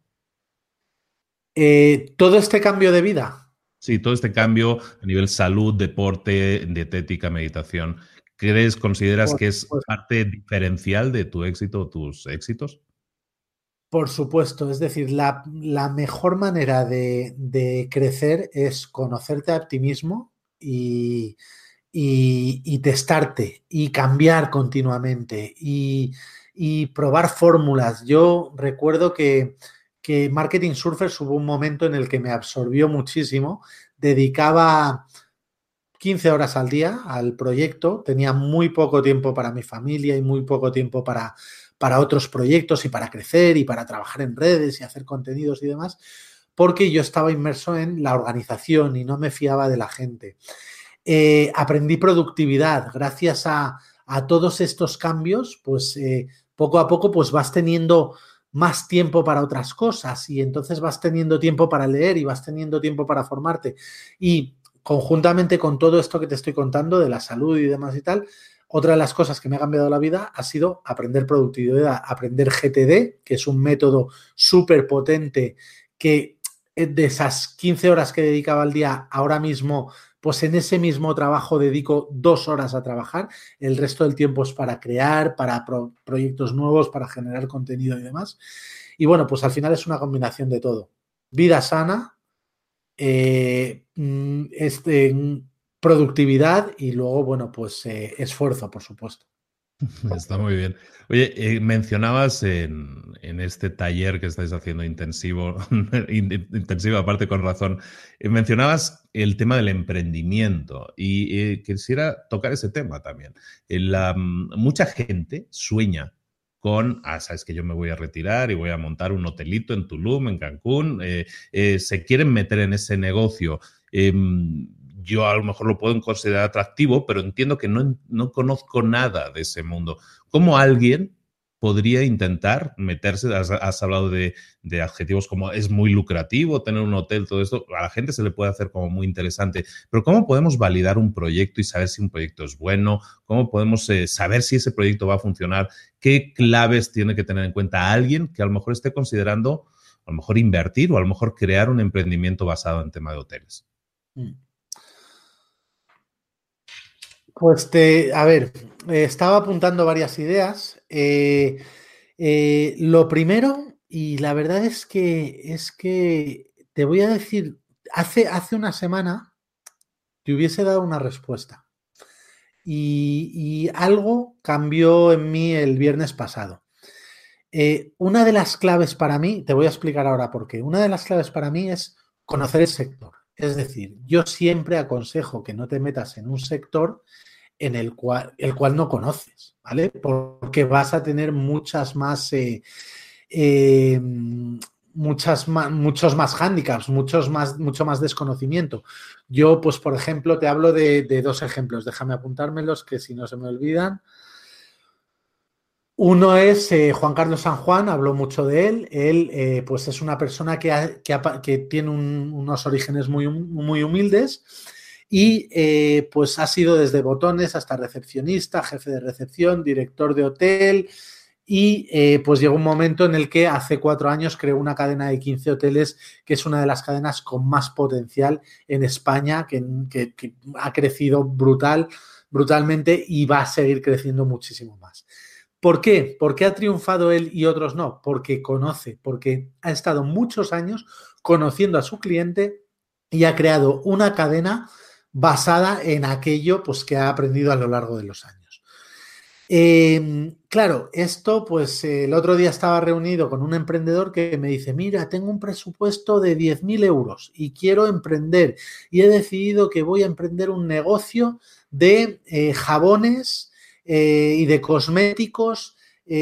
Todo este cambio de vida. Sí, todo este cambio a nivel salud, deporte, dietética, meditación, consideras que es parte diferencial de tu éxito o tus éxitos? Por supuesto, es decir, la mejor manera de crecer es conocerte a ti mismo y testarte y cambiar continuamente y probar fórmulas. Yo recuerdo que Marketing Surfers hubo un momento en el que me absorbió muchísimo, dedicaba 15 horas al día al proyecto, tenía muy poco tiempo para mi familia y muy poco tiempo para otros proyectos y para crecer y para trabajar en redes y hacer contenidos y demás, porque yo estaba inmerso en la organización y no me fiaba de la gente. Aprendí productividad gracias a todos estos cambios, pues poco a poco pues vas teniendo más tiempo para otras cosas, y entonces vas teniendo tiempo para leer y vas teniendo tiempo para formarte, y conjuntamente con todo esto que te estoy contando de la salud y demás y tal, otra de las cosas que me ha cambiado la vida ha sido aprender productividad, aprender GTD, que es un método súper potente que de esas 15 horas que dedicaba al día, ahora mismo, pues en ese mismo trabajo dedico 2 horas a trabajar, el resto del tiempo es para crear, para proyectos nuevos, para generar contenido y demás. Y bueno, pues al final es una combinación de todo. Vida sana, productividad y luego, bueno, pues esfuerzo, por supuesto. Está muy bien. Oye, mencionabas en este taller que estáis haciendo intensivo, aparte con razón, mencionabas el tema del emprendimiento y quisiera tocar ese tema también. Mucha gente sueña con, sabes que yo me voy a retirar y voy a montar un hotelito en Tulum, en Cancún, se quieren meter en ese negocio. Yo a lo mejor lo puedo considerar atractivo, pero entiendo que no conozco nada de ese mundo. ¿Cómo alguien podría intentar meterse. Has hablado de adjetivos como es muy lucrativo tener un hotel, todo esto. A la gente se le puede hacer como muy interesante. Pero ¿cómo podemos validar un proyecto y saber si un proyecto es bueno? ¿Cómo podemos saber si ese proyecto va a funcionar? ¿Qué claves tiene que tener en cuenta alguien que a lo mejor esté considerando, a lo mejor invertir o a lo mejor crear un emprendimiento basado en tema de hoteles? Pues a ver, estaba apuntando varias ideas. Lo primero, y la verdad es que te voy a decir, hace una semana te hubiese dado una respuesta y algo cambió en mí el viernes pasado. Una de las claves para mí, te voy a explicar ahora por qué, una de las claves para mí es conocer el sector. Es decir, yo siempre aconsejo que no te metas en un sector en el cual no conoces, ¿vale? Porque vas a tener muchos más hándicaps, mucho más desconocimiento. Yo, pues, por ejemplo, te hablo de dos ejemplos. Déjame apuntármelos, que si no se me olvidan. Uno es Juan Carlos San Juan, habló mucho de él. Él, pues, es una persona que tiene unos orígenes muy humildes y pues ha sido desde botones hasta recepcionista, jefe de recepción, director de hotel y pues llegó un momento en el que hace 4 años creó una cadena de 15 hoteles que es una de las cadenas con más potencial en España, que ha crecido brutalmente y va a seguir creciendo muchísimo más. ¿Por qué? ¿Por qué ha triunfado él y otros no? Porque porque ha estado muchos años conociendo a su cliente y ha creado una cadena basada en aquello pues, que ha aprendido a lo largo de los años. Claro, esto pues el otro día estaba reunido con un emprendedor que me dice, mira, tengo un presupuesto de 10.000 euros y quiero emprender y he decidido que voy a emprender un negocio de jabones y de cosméticos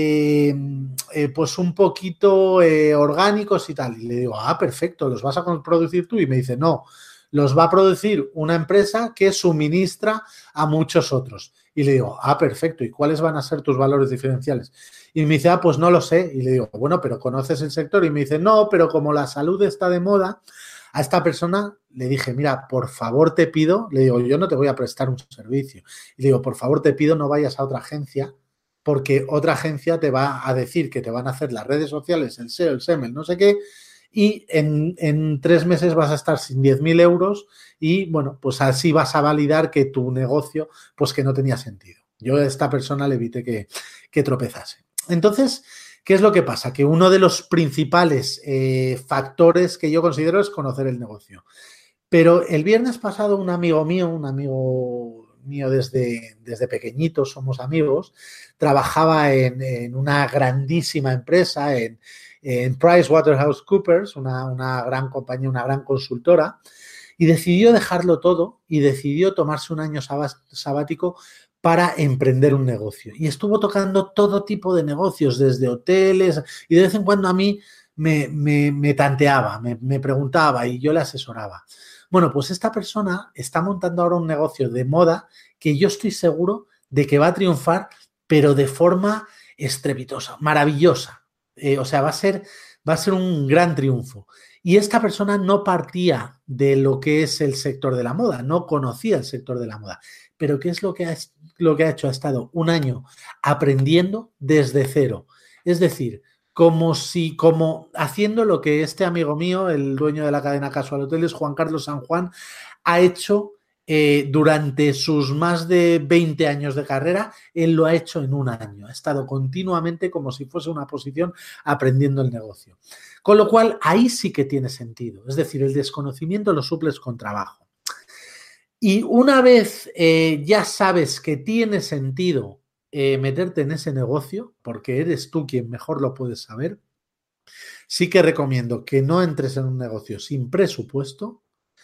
pues un poquito orgánicos y tal. Y le digo, perfecto, ¿los vas a producir tú? Y me dice, no, los va a producir una empresa que suministra a muchos otros. Y le digo, perfecto, ¿y cuáles van a ser tus valores diferenciales? Y me dice, pues no lo sé. Y le digo, bueno, pero ¿conoces el sector? Y me dice, no, pero como la salud está de moda, a esta persona le dije, mira, por favor te pido, le digo, yo no te voy a prestar un servicio. Y le digo, por favor te pido no vayas a otra agencia, porque otra agencia te va a decir que te van a hacer las redes sociales, el SEO, el SEM, el no sé qué, y en 3 meses vas a estar sin 10.000 euros y, bueno, pues así vas a validar que tu negocio, pues que no tenía sentido. Yo a esta persona le evité que tropezase. Entonces, ¿qué es lo que pasa? Que uno de los principales factores que yo considero es conocer el negocio. Pero el viernes pasado un amigo mío desde pequeñito, somos amigos, trabajaba en una grandísima empresa, en PricewaterhouseCoopers, una gran compañía, una gran consultora, y decidió dejarlo todo y decidió tomarse un año sabático para emprender un negocio. Y estuvo tocando todo tipo de negocios, desde hoteles, y de vez en cuando a mí me tanteaba, me preguntaba y yo le asesoraba. Bueno, pues esta persona está montando ahora un negocio de moda que yo estoy seguro de que va a triunfar, pero de forma estrepitosa, maravillosa. O sea, va a ser un gran triunfo. Y esta persona no partía de lo que es el sector de la moda, no conocía el sector de la moda. Pero ¿qué es lo que ha hecho? Ha estado un año aprendiendo desde cero. Es decir, como haciendo lo que este amigo mío, el dueño de la cadena Casual Hoteles, Juan Carlos San Juan, ha hecho durante sus más de 20 años de carrera. Él lo ha hecho en un año. Ha estado continuamente como si fuese una posición aprendiendo el negocio. Con lo cual, ahí sí que tiene sentido. Es decir, el desconocimiento lo suples con trabajo. Y una vez ya sabes que tiene sentido meterte en ese negocio, porque eres tú quien mejor lo puedes saber, sí que recomiendo que no entres en un negocio sin presupuesto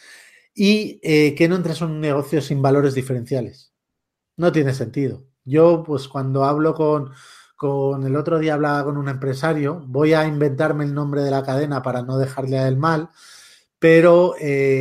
y que no entres en un negocio sin valores diferenciales. No tiene sentido. Yo, pues cuando hablo con el otro día hablaba con un empresario, voy a inventarme el nombre de la cadena para no dejarle a él mal, pero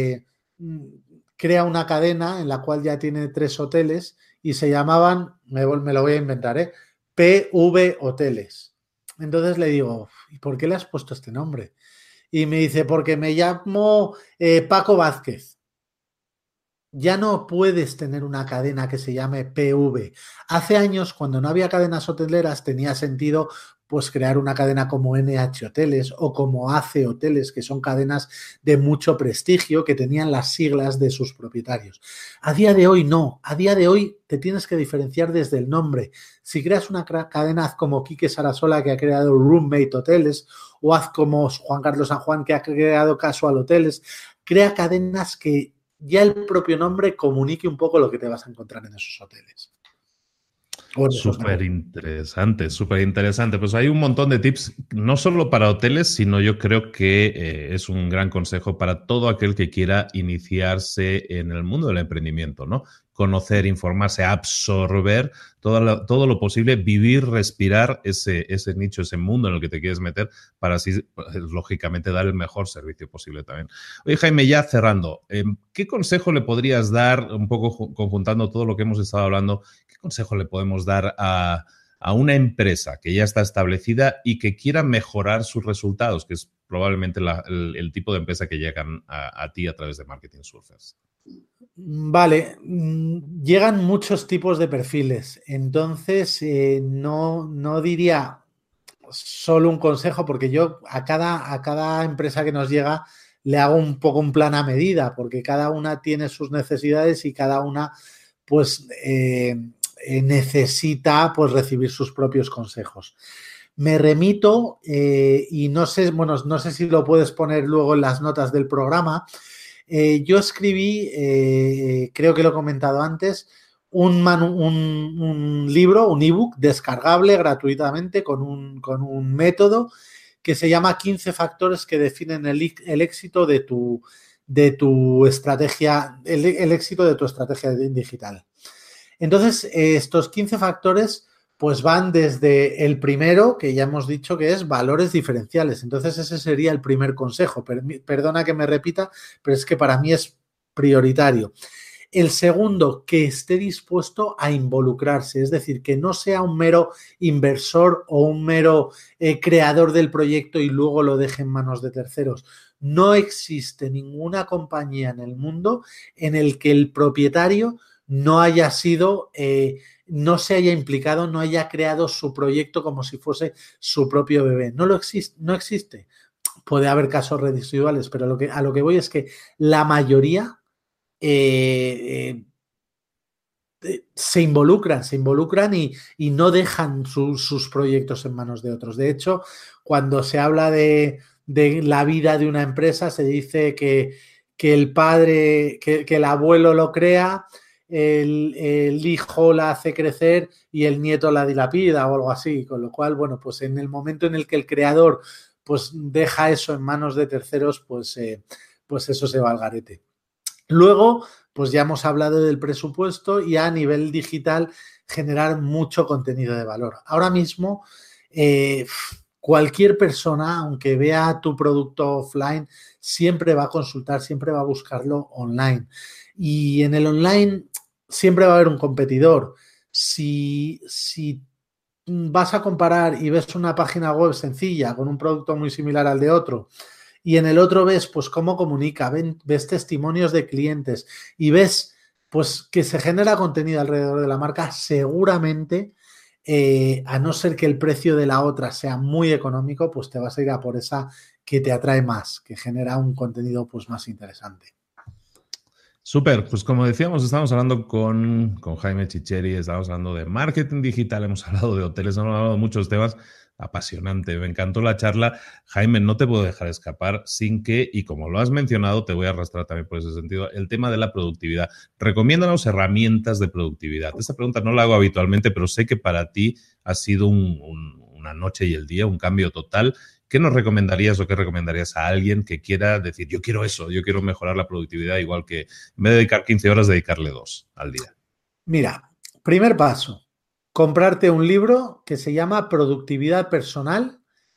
crea una cadena en la cual ya tiene 3 hoteles y se llamaban, me lo voy a inventar, PV Hoteles. Entonces le digo, ¿y por qué le has puesto este nombre? Y me dice, porque me llamo Paco Vázquez. Ya no puedes tener una cadena que se llame PV. Hace años, cuando no había cadenas hoteleras, tenía sentido pues crear una cadena como NH Hoteles o como AC Hoteles, que son cadenas de mucho prestigio que tenían las siglas de sus propietarios. A día de hoy no, a día de hoy te tienes que diferenciar desde el nombre. Si creas una cadena, haz como Quique Sarasola, que ha creado Roommate Hoteles, o haz como Juan Carlos San Juan, que ha creado Casual Hoteles. Crea cadenas que ya el propio nombre comunique un poco lo que te vas a encontrar en esos hoteles. Súper interesante, súper interesante. Pues hay un montón de tips, no solo para hoteles, sino yo creo que es un gran consejo para todo aquel que quiera iniciarse en el mundo del emprendimiento, ¿no? Conocer, informarse, absorber todo lo posible, vivir, respirar ese nicho, ese mundo en el que te quieres meter para así, lógicamente, dar el mejor servicio posible también. Oye, Jaime, ya cerrando, ¿qué consejo le podrías dar, un poco conjuntando todo lo que hemos estado hablando, qué consejo le podemos dar a una empresa que ya está establecida y que quiera mejorar sus resultados, que es probablemente el tipo de empresa que llegan a ti a través de Marketing Surfers? Vale, llegan muchos tipos de perfiles, entonces no diría solo un consejo, porque yo a cada empresa que nos llega le hago un poco un plan a medida, porque cada una tiene sus necesidades y cada una pues necesita pues recibir sus propios consejos. Me remito y no sé si lo puedes poner luego en las notas del programa. Yo escribí, creo que lo he comentado antes, un libro, un ebook descargable gratuitamente con un método que se llama 15 factores que definen el éxito de tu estrategia, el éxito de tu estrategia digital. Entonces, estos 15 factores pues van desde el primero, que ya hemos dicho que es valores diferenciales. Entonces, ese sería el primer consejo. Perdona que me repita, pero es que para mí es prioritario. El segundo, que esté dispuesto a involucrarse, es decir, que no sea un mero inversor o un mero creador del proyecto y luego lo deje en manos de terceros. No existe ninguna compañía en el mundo en el que el propietario no haya sido, no se haya implicado, no haya creado su proyecto como si fuese su propio bebé. No existe. Puede haber casos residuales, pero a lo que voy es que la mayoría se involucran y no dejan sus proyectos en manos de otros. De hecho, cuando se habla de la vida de una empresa, se dice que el padre, que el abuelo lo crea, el hijo la hace crecer y el nieto la dilapida o algo así, con lo cual, bueno, pues en el momento en el que el creador pues deja eso en manos de terceros, pues eso se va al garete. Luego, pues ya hemos hablado del presupuesto y a nivel digital generar mucho contenido de valor. Ahora mismo, cualquier persona, aunque vea tu producto offline, siempre va a consultar, siempre va a buscarlo online. Y en el online siempre va a haber un competidor. Si vas a comparar y ves una página web sencilla con un producto muy similar al de otro y en el otro ves pues cómo comunica, ves testimonios de clientes y ves pues que se genera contenido alrededor de la marca, seguramente a no ser que el precio de la otra sea muy económico, pues te vas a ir a por esa que te atrae más, que genera un contenido pues más interesante. Súper, pues como decíamos, estamos hablando con Jaime Chicheri, estamos hablando de marketing digital, hemos hablado de hoteles, hemos hablado de muchos temas. Apasionante, me encantó la charla. Jaime, no te puedo dejar escapar sin que, y como lo has mencionado, te voy a arrastrar también por ese sentido, el tema de la productividad. Recomiéndanos herramientas de productividad. Esta pregunta no la hago habitualmente, pero sé que para ti ha sido una noche y el día, un cambio total. ¿Qué nos recomendarías o qué recomendarías a alguien que quiera decir, yo quiero eso, yo quiero mejorar la productividad, igual que en vez de dedicar 15 horas, dedicarle 2 al día? Mira, primer paso, comprarte un libro que se llama Productividad Personal.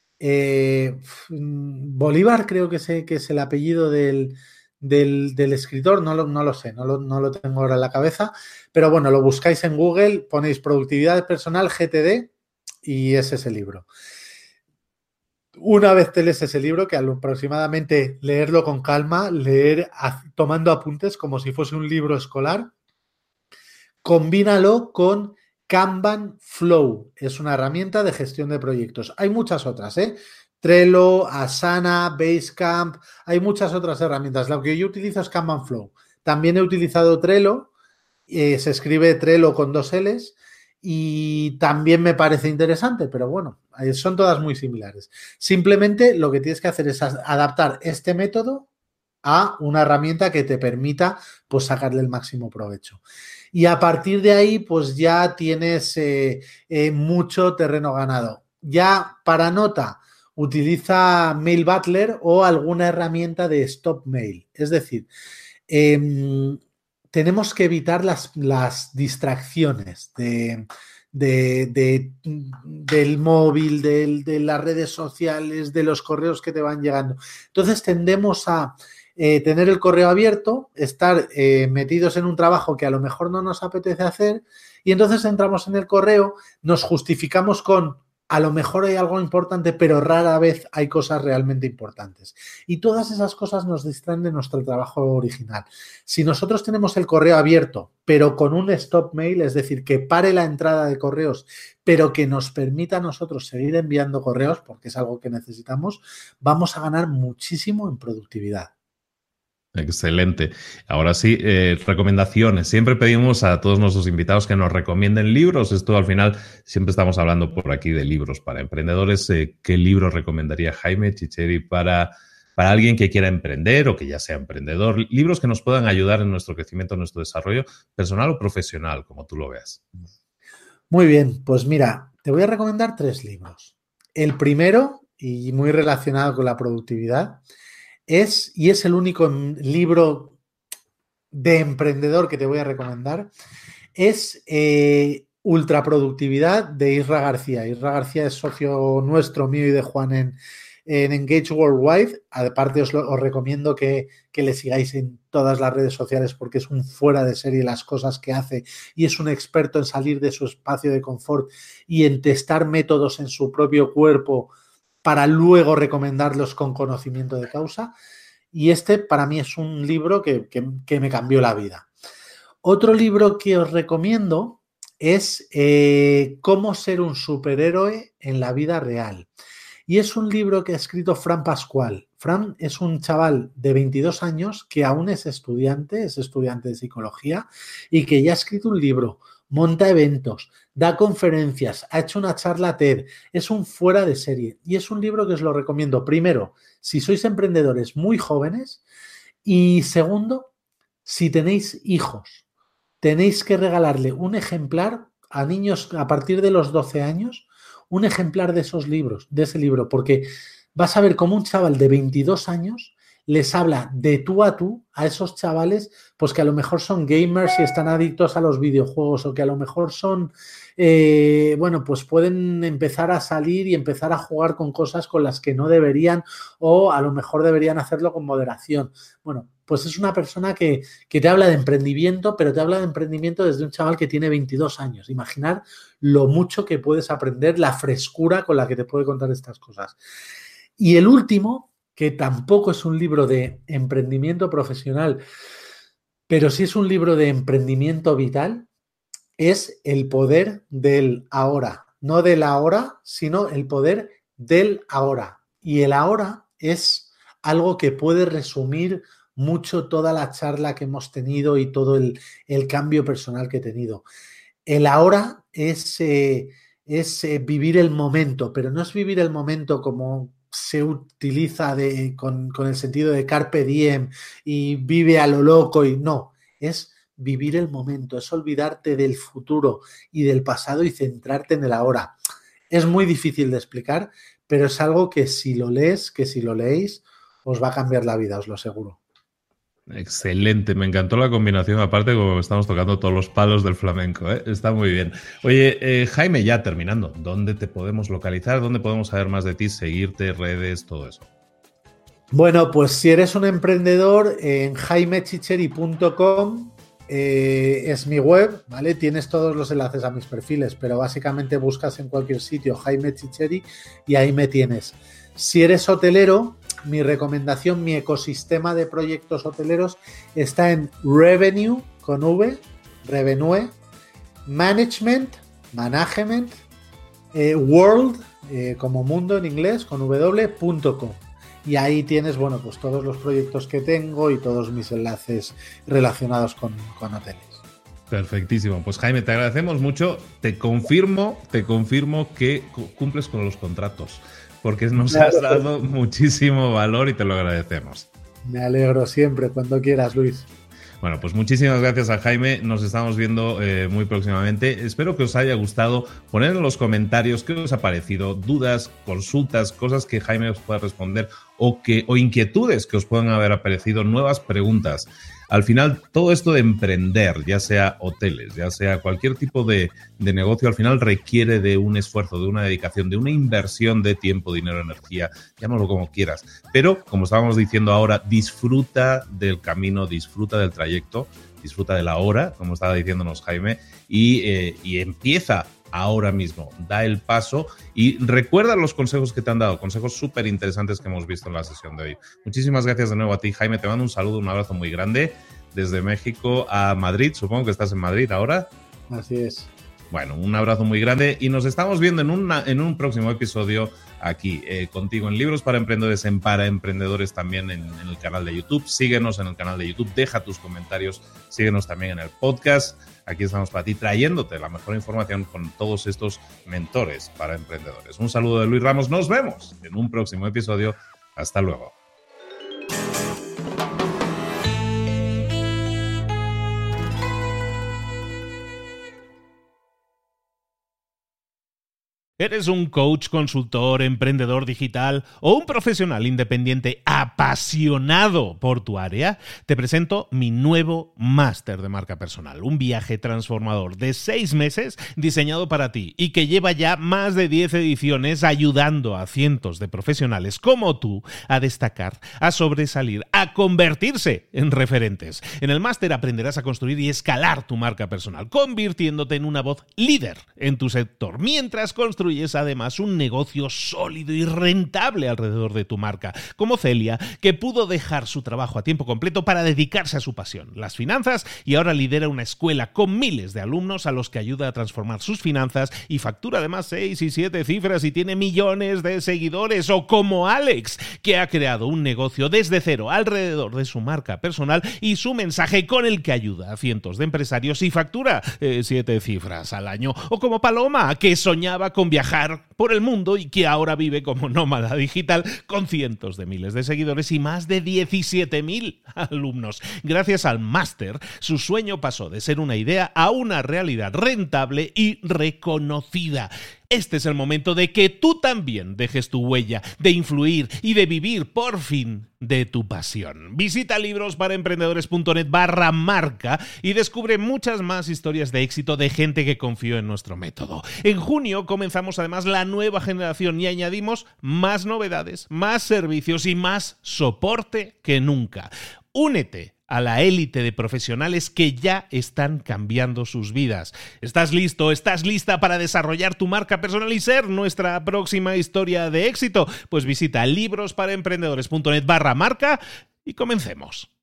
Bolívar creo que es el apellido del escritor, no lo sé, no lo tengo ahora en la cabeza, pero bueno, lo buscáis en Google, ponéis Productividad Personal GTD y es ese libro. Una vez te lees ese libro, que aproximadamente leerlo con calma, leer tomando apuntes como si fuese un libro escolar, combínalo con Kanban Flow. Es una herramienta de gestión de proyectos. Hay muchas otras, ¿eh? Trello, Asana, Basecamp, hay muchas otras herramientas. La que yo utilizo es Kanban Flow. También he utilizado Trello, se escribe Trello con 2 L's y también me parece interesante, pero bueno, son todas muy similares. Simplemente lo que tienes que hacer es adaptar este método a una herramienta que te permita pues sacarle el máximo provecho. Y a partir de ahí pues ya tienes mucho terreno ganado. Ya para nota utiliza Mail Butler o alguna herramienta de Stop Mail. Es decir, tenemos que evitar las distracciones del móvil, de las redes sociales, de los correos que te van llegando. Entonces tendemos a tener el correo abierto, estar metidos en un trabajo que a lo mejor no nos apetece hacer y entonces entramos en el correo, nos justificamos con a lo mejor hay algo importante, pero rara vez hay cosas realmente importantes. Y todas esas cosas nos distraen de nuestro trabajo original. Si nosotros tenemos el correo abierto, pero con un stop mail, es decir, que pare la entrada de correos, pero que nos permita a nosotros seguir enviando correos, porque es algo que necesitamos, vamos a ganar muchísimo en productividad. Excelente. Ahora sí, recomendaciones. Siempre pedimos a todos nuestros invitados que nos recomienden libros. Esto al final siempre estamos hablando por aquí de libros para emprendedores. ¿Qué libro recomendaría Jaime Chicheri para alguien que quiera emprender o que ya sea emprendedor? Libros que nos puedan ayudar en nuestro crecimiento, en nuestro desarrollo personal o profesional, como tú lo veas. Muy bien, pues mira, te voy a recomendar 3 libros. El primero, y muy relacionado con la productividad, es el único libro de emprendedor que te voy a recomendar, es Ultraproductividad de Isra García. Isra García es socio nuestro, mío y de Juan en Engage Worldwide. Aparte os recomiendo que le sigáis en todas las redes sociales porque es un fuera de serie las cosas que hace y es un experto en salir de su espacio de confort y en testar métodos en su propio cuerpo para luego recomendarlos con conocimiento de causa. Y para mí es un libro que me cambió la vida. Otro libro que os recomiendo es Cómo ser un superhéroe en la vida real. Y es un libro que ha escrito Fran Pascual. Fran es un chaval de 22 años que aún es estudiante de psicología y que ya ha escrito un libro, monta eventos, da conferencias, ha hecho una charla TED, es un fuera de serie y es un libro que os lo recomiendo. Primero, si sois emprendedores muy jóvenes y segundo, si tenéis hijos, tenéis que regalarle un ejemplar a niños a partir de los 12 años, un ejemplar de esos libros, de ese libro, porque vas a ver cómo un chaval de 22 años les habla de tú a esos chavales, pues que a lo mejor son gamers y están adictos a los videojuegos o que a lo mejor son, pues pueden empezar a salir y empezar a jugar con cosas con las que no deberían o a lo mejor deberían hacerlo con moderación. Bueno, pues es una persona que te habla de emprendimiento, pero te habla de emprendimiento desde un chaval que tiene 22 años. Imaginar lo mucho que puedes aprender, la frescura con la que te puede contar estas cosas. Y el último, que tampoco es un libro de emprendimiento profesional, pero sí es un libro de emprendimiento vital, es El poder del ahora. No del ahora, sino el poder del ahora. Y el ahora es algo que puede resumir mucho toda la charla que hemos tenido y todo el cambio personal que he tenido. El ahora es vivir el momento, pero no es vivir el momento como se utiliza con el sentido de carpe diem y vive a lo loco y no, es vivir el momento, es olvidarte del futuro y del pasado y centrarte en el ahora. Es muy difícil de explicar, pero es algo que si lo leéis, os va a cambiar la vida, os lo aseguro. Excelente, me encantó la combinación, aparte como estamos tocando todos los palos del flamenco, ¿eh? Está muy bien. Oye, Jaime, ya terminando, ¿dónde te podemos localizar? ¿Dónde podemos saber más de ti, seguirte, redes, todo eso? Bueno, pues si eres un emprendedor, en jaimechicheri.com es mi web, ¿vale? Tienes todos los enlaces a mis perfiles, pero básicamente buscas en cualquier sitio Jaime Chicheri y ahí me tienes. Si eres hotelero, mi recomendación, mi ecosistema de proyectos hoteleros está en Revenue, con V, Revenue, Management, World, como mundo en inglés, con w.com. Y ahí tienes, bueno, pues todos los proyectos que tengo y todos mis enlaces relacionados con hoteles. Perfectísimo. Pues Jaime, te agradecemos mucho. Te confirmo que cumples con los contratos, porque nos has dado muchísimo valor y te lo agradecemos. Me alegro siempre, cuando quieras, Luis. Bueno, pues muchísimas gracias a Jaime. Nos estamos viendo muy próximamente. Espero que os haya gustado. Poned en los comentarios qué os ha parecido, dudas, consultas, cosas que Jaime os pueda responder o inquietudes que os puedan haber aparecido, nuevas preguntas. Al final, todo esto de emprender, ya sea hoteles, ya sea cualquier tipo de negocio, al final requiere de un esfuerzo, de una dedicación, de una inversión de tiempo, dinero, energía, llámalo como quieras. Pero, como estábamos diciendo ahora, disfruta del camino, disfruta del trayecto, disfruta de la hora, como estaba diciéndonos Jaime, y empieza ahora mismo, da el paso y recuerda los consejos que te han dado, consejos súper interesantes que hemos visto en la sesión de hoy. Muchísimas gracias de nuevo a ti, Jaime, te mando un saludo, un abrazo muy grande desde México a Madrid, supongo que estás en Madrid ahora. Así es. Bueno, un abrazo muy grande y nos estamos viendo en un próximo episodio aquí contigo en Libros para Emprendedores, en Para Emprendedores también en el canal de YouTube. Síguenos en el canal de YouTube, deja tus comentarios, síguenos también en el podcast. Aquí estamos para ti trayéndote la mejor información con todos estos mentores para emprendedores. Un saludo de Luis Ramos, nos vemos en un próximo episodio. Hasta luego. ¿Eres un coach, consultor, emprendedor digital o un profesional independiente apasionado por tu área? Te presento mi nuevo máster de marca personal, un viaje transformador de 6 meses diseñado para ti y que lleva ya más de 10 ediciones ayudando a cientos de profesionales como tú a destacar, a sobresalir, a convertirse en referentes. En el máster aprenderás a construir y escalar tu marca personal, convirtiéndote en una voz líder en tu sector, mientras construyes además un negocio sólido y rentable alrededor de tu marca, como Celia, que pudo dejar su trabajo a tiempo completo para dedicarse a su pasión, las finanzas, y ahora lidera una escuela con miles de alumnos a los que ayuda a transformar sus finanzas y factura además 6 y 7 cifras y tiene millones de seguidores, o como Alex, que ha creado un negocio desde cero alrededor de su marca personal y su mensaje con el que ayuda a cientos de empresarios y factura 7 cifras al año, o como Paloma, que soñaba con viajar por el mundo y que ahora vive como nómada digital con cientos de miles de seguidores y más de 17.000 alumnos. Gracias al máster, su sueño pasó de ser una idea a una realidad rentable y reconocida. Este es el momento de que tú también dejes tu huella, de influir y de vivir por fin de tu pasión. Visita librosparaemprendedores.net/marca y descubre muchas más historias de éxito de gente que confió en nuestro método. En junio comenzamos además la nueva generación y añadimos más novedades, más servicios y más soporte que nunca. Únete a la élite de profesionales que ya están cambiando sus vidas. ¿Estás listo? ¿Estás lista para desarrollar tu marca personal y ser nuestra próxima historia de éxito? Pues visita librosparaemprendedores.net/marca y comencemos.